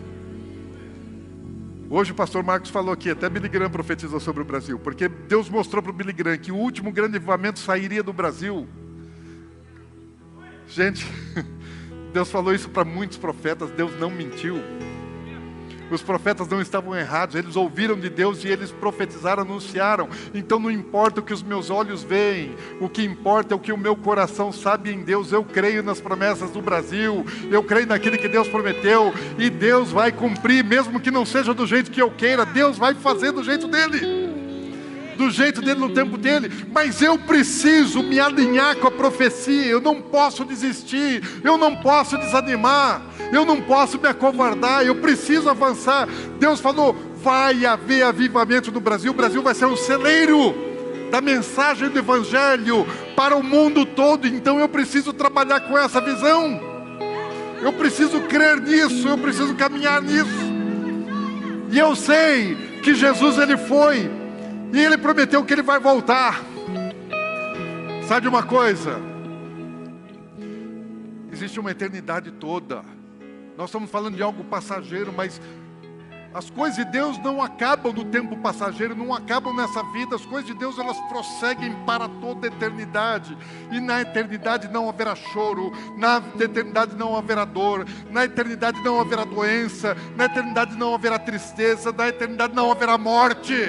Hoje o pastor Marcos falou aqui, até Billy Graham profetizou sobre o Brasil, porque Deus mostrou para o Billy Graham que o último grande avivamento sairia do Brasil. Gente, Deus falou isso para muitos profetas, Deus não mentiu. Os profetas não estavam errados, eles ouviram de Deus e eles profetizaram, anunciaram. Então não importa o que os meus olhos veem, o que importa é o que o meu coração sabe em Deus. Eu creio nas promessas do Brasil, eu creio naquilo que Deus prometeu, e Deus vai cumprir, mesmo que não seja do jeito que eu queira. Deus vai fazer do jeito dele, do jeito dele, no tempo dele. Mas eu preciso me alinhar com a profecia. Eu não posso desistir, eu não posso desanimar, eu não posso me acovardar, eu preciso avançar. Deus falou, vai haver avivamento no Brasil. O Brasil vai ser um celeiro da mensagem do Evangelho para o mundo todo. Então eu preciso trabalhar com essa visão, eu preciso crer nisso, eu preciso caminhar nisso. E eu sei que Jesus, ele foi, e ele prometeu que ele vai voltar. Sabe uma coisa? Existe uma eternidade toda. Nós estamos falando de algo passageiro, mas as coisas de Deus não acabam no tempo passageiro, não acabam nessa vida. As coisas de Deus, elas prosseguem para toda a eternidade. E na eternidade não haverá choro, na eternidade não haverá dor, na eternidade não haverá doença, na eternidade não haverá tristeza, na eternidade não haverá morte.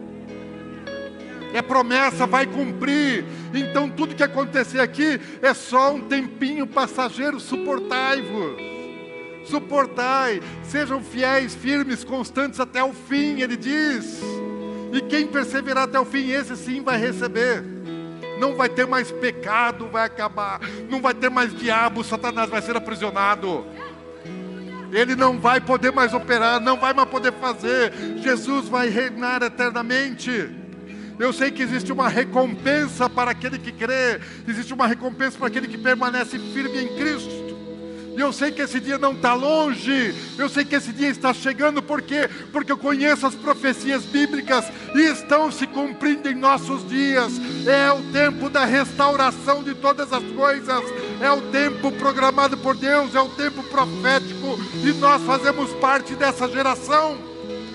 É promessa, vai cumprir. Então tudo que acontecer aqui é só um tempinho passageiro. Suportai-vos, suportai, sejam fiéis, firmes, constantes até o fim, ele diz. E quem perseverar até o fim, esse sim vai receber. Não vai ter mais pecado, vai acabar. Não vai ter mais diabo, Satanás vai ser aprisionado. Ele não vai poder mais operar, não vai mais poder fazer. Jesus vai reinar eternamente. Eu sei que existe uma recompensa para aquele que crê, existe uma recompensa para aquele que permanece firme em Cristo. E eu sei que esse dia não está longe, eu sei que esse dia está chegando. Por quê? Porque eu conheço as profecias bíblicas e estão se cumprindo em nossos dias. É o tempo da restauração de todas as coisas, é o tempo programado por Deus, é o tempo profético, e nós fazemos parte dessa geração.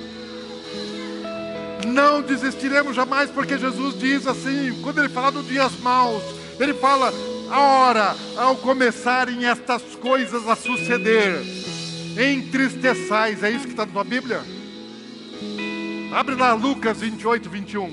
Não desistiremos jamais, porque Jesus diz assim, quando ele fala dos dias maus, ele fala, a hora, ao começarem estas coisas a suceder, entristeçais. É isso que está na tua Bíblia? Abre lá Lucas vinte e oito, vinte e um.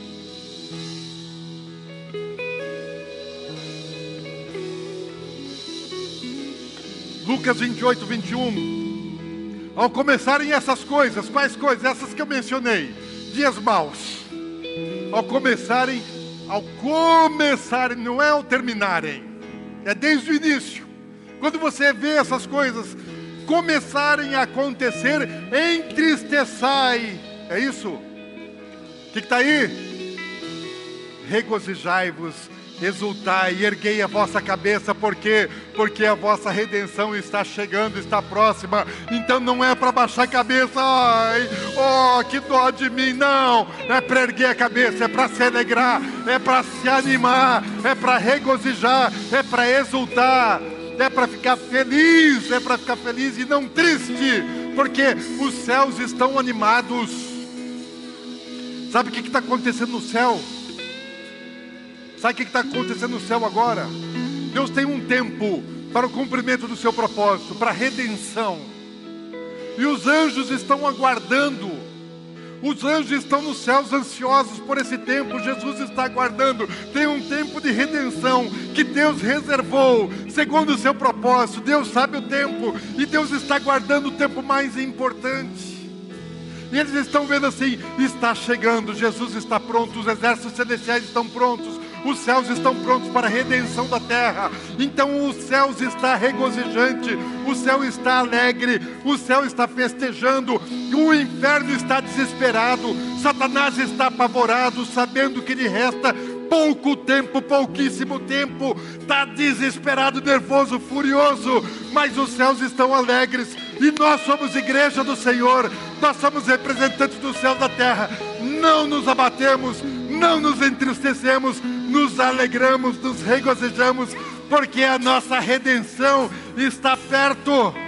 Lucas vinte e oito, vinte e um. Ao começarem essas coisas, quais coisas? Essas que eu mencionei. Dias maus, ao começarem, ao começarem, não é ao terminarem, é desde o início. Quando você vê essas coisas começarem a acontecer, entristeçai. É isso? O que está aí? Regozijai-vos, exultai, erguei a vossa cabeça. Por quê? Porque a vossa redenção está chegando, está próxima. Então não é para baixar a cabeça, ai, oh, que dó de mim, não. É para erguer a cabeça, é para se alegrar, é para se animar, é para regozijar, é para exultar, é para ficar feliz, é para ficar feliz e não triste, porque os céus estão animados. Sabe o que está acontecendo no céu? Sabe o que está acontecendo no céu agora? Deus tem um tempo para o cumprimento do seu propósito, para a redenção. E os anjos estão aguardando. Os anjos estão nos céus ansiosos por esse tempo. Jesus está aguardando. Tem um tempo de redenção que Deus reservou segundo o seu propósito. Deus sabe o tempo, e Deus está aguardando o tempo mais importante. E eles estão vendo assim, está chegando, Jesus está pronto, os exércitos celestiais estão prontos, os céus estão prontos para a redenção da terra. Então os céus está regozijante, o céu está alegre, o céu está festejando, o inferno está desesperado, Satanás está apavorado, sabendo que lhe resta pouco tempo, pouquíssimo tempo, está desesperado, nervoso, furioso, mas os céus estão alegres, e nós somos igreja do Senhor, nós somos representantes do céu e da terra. Não nos abatemos, não nos entristecemos, nos alegramos, nos regozijamos, porque a nossa redenção está perto.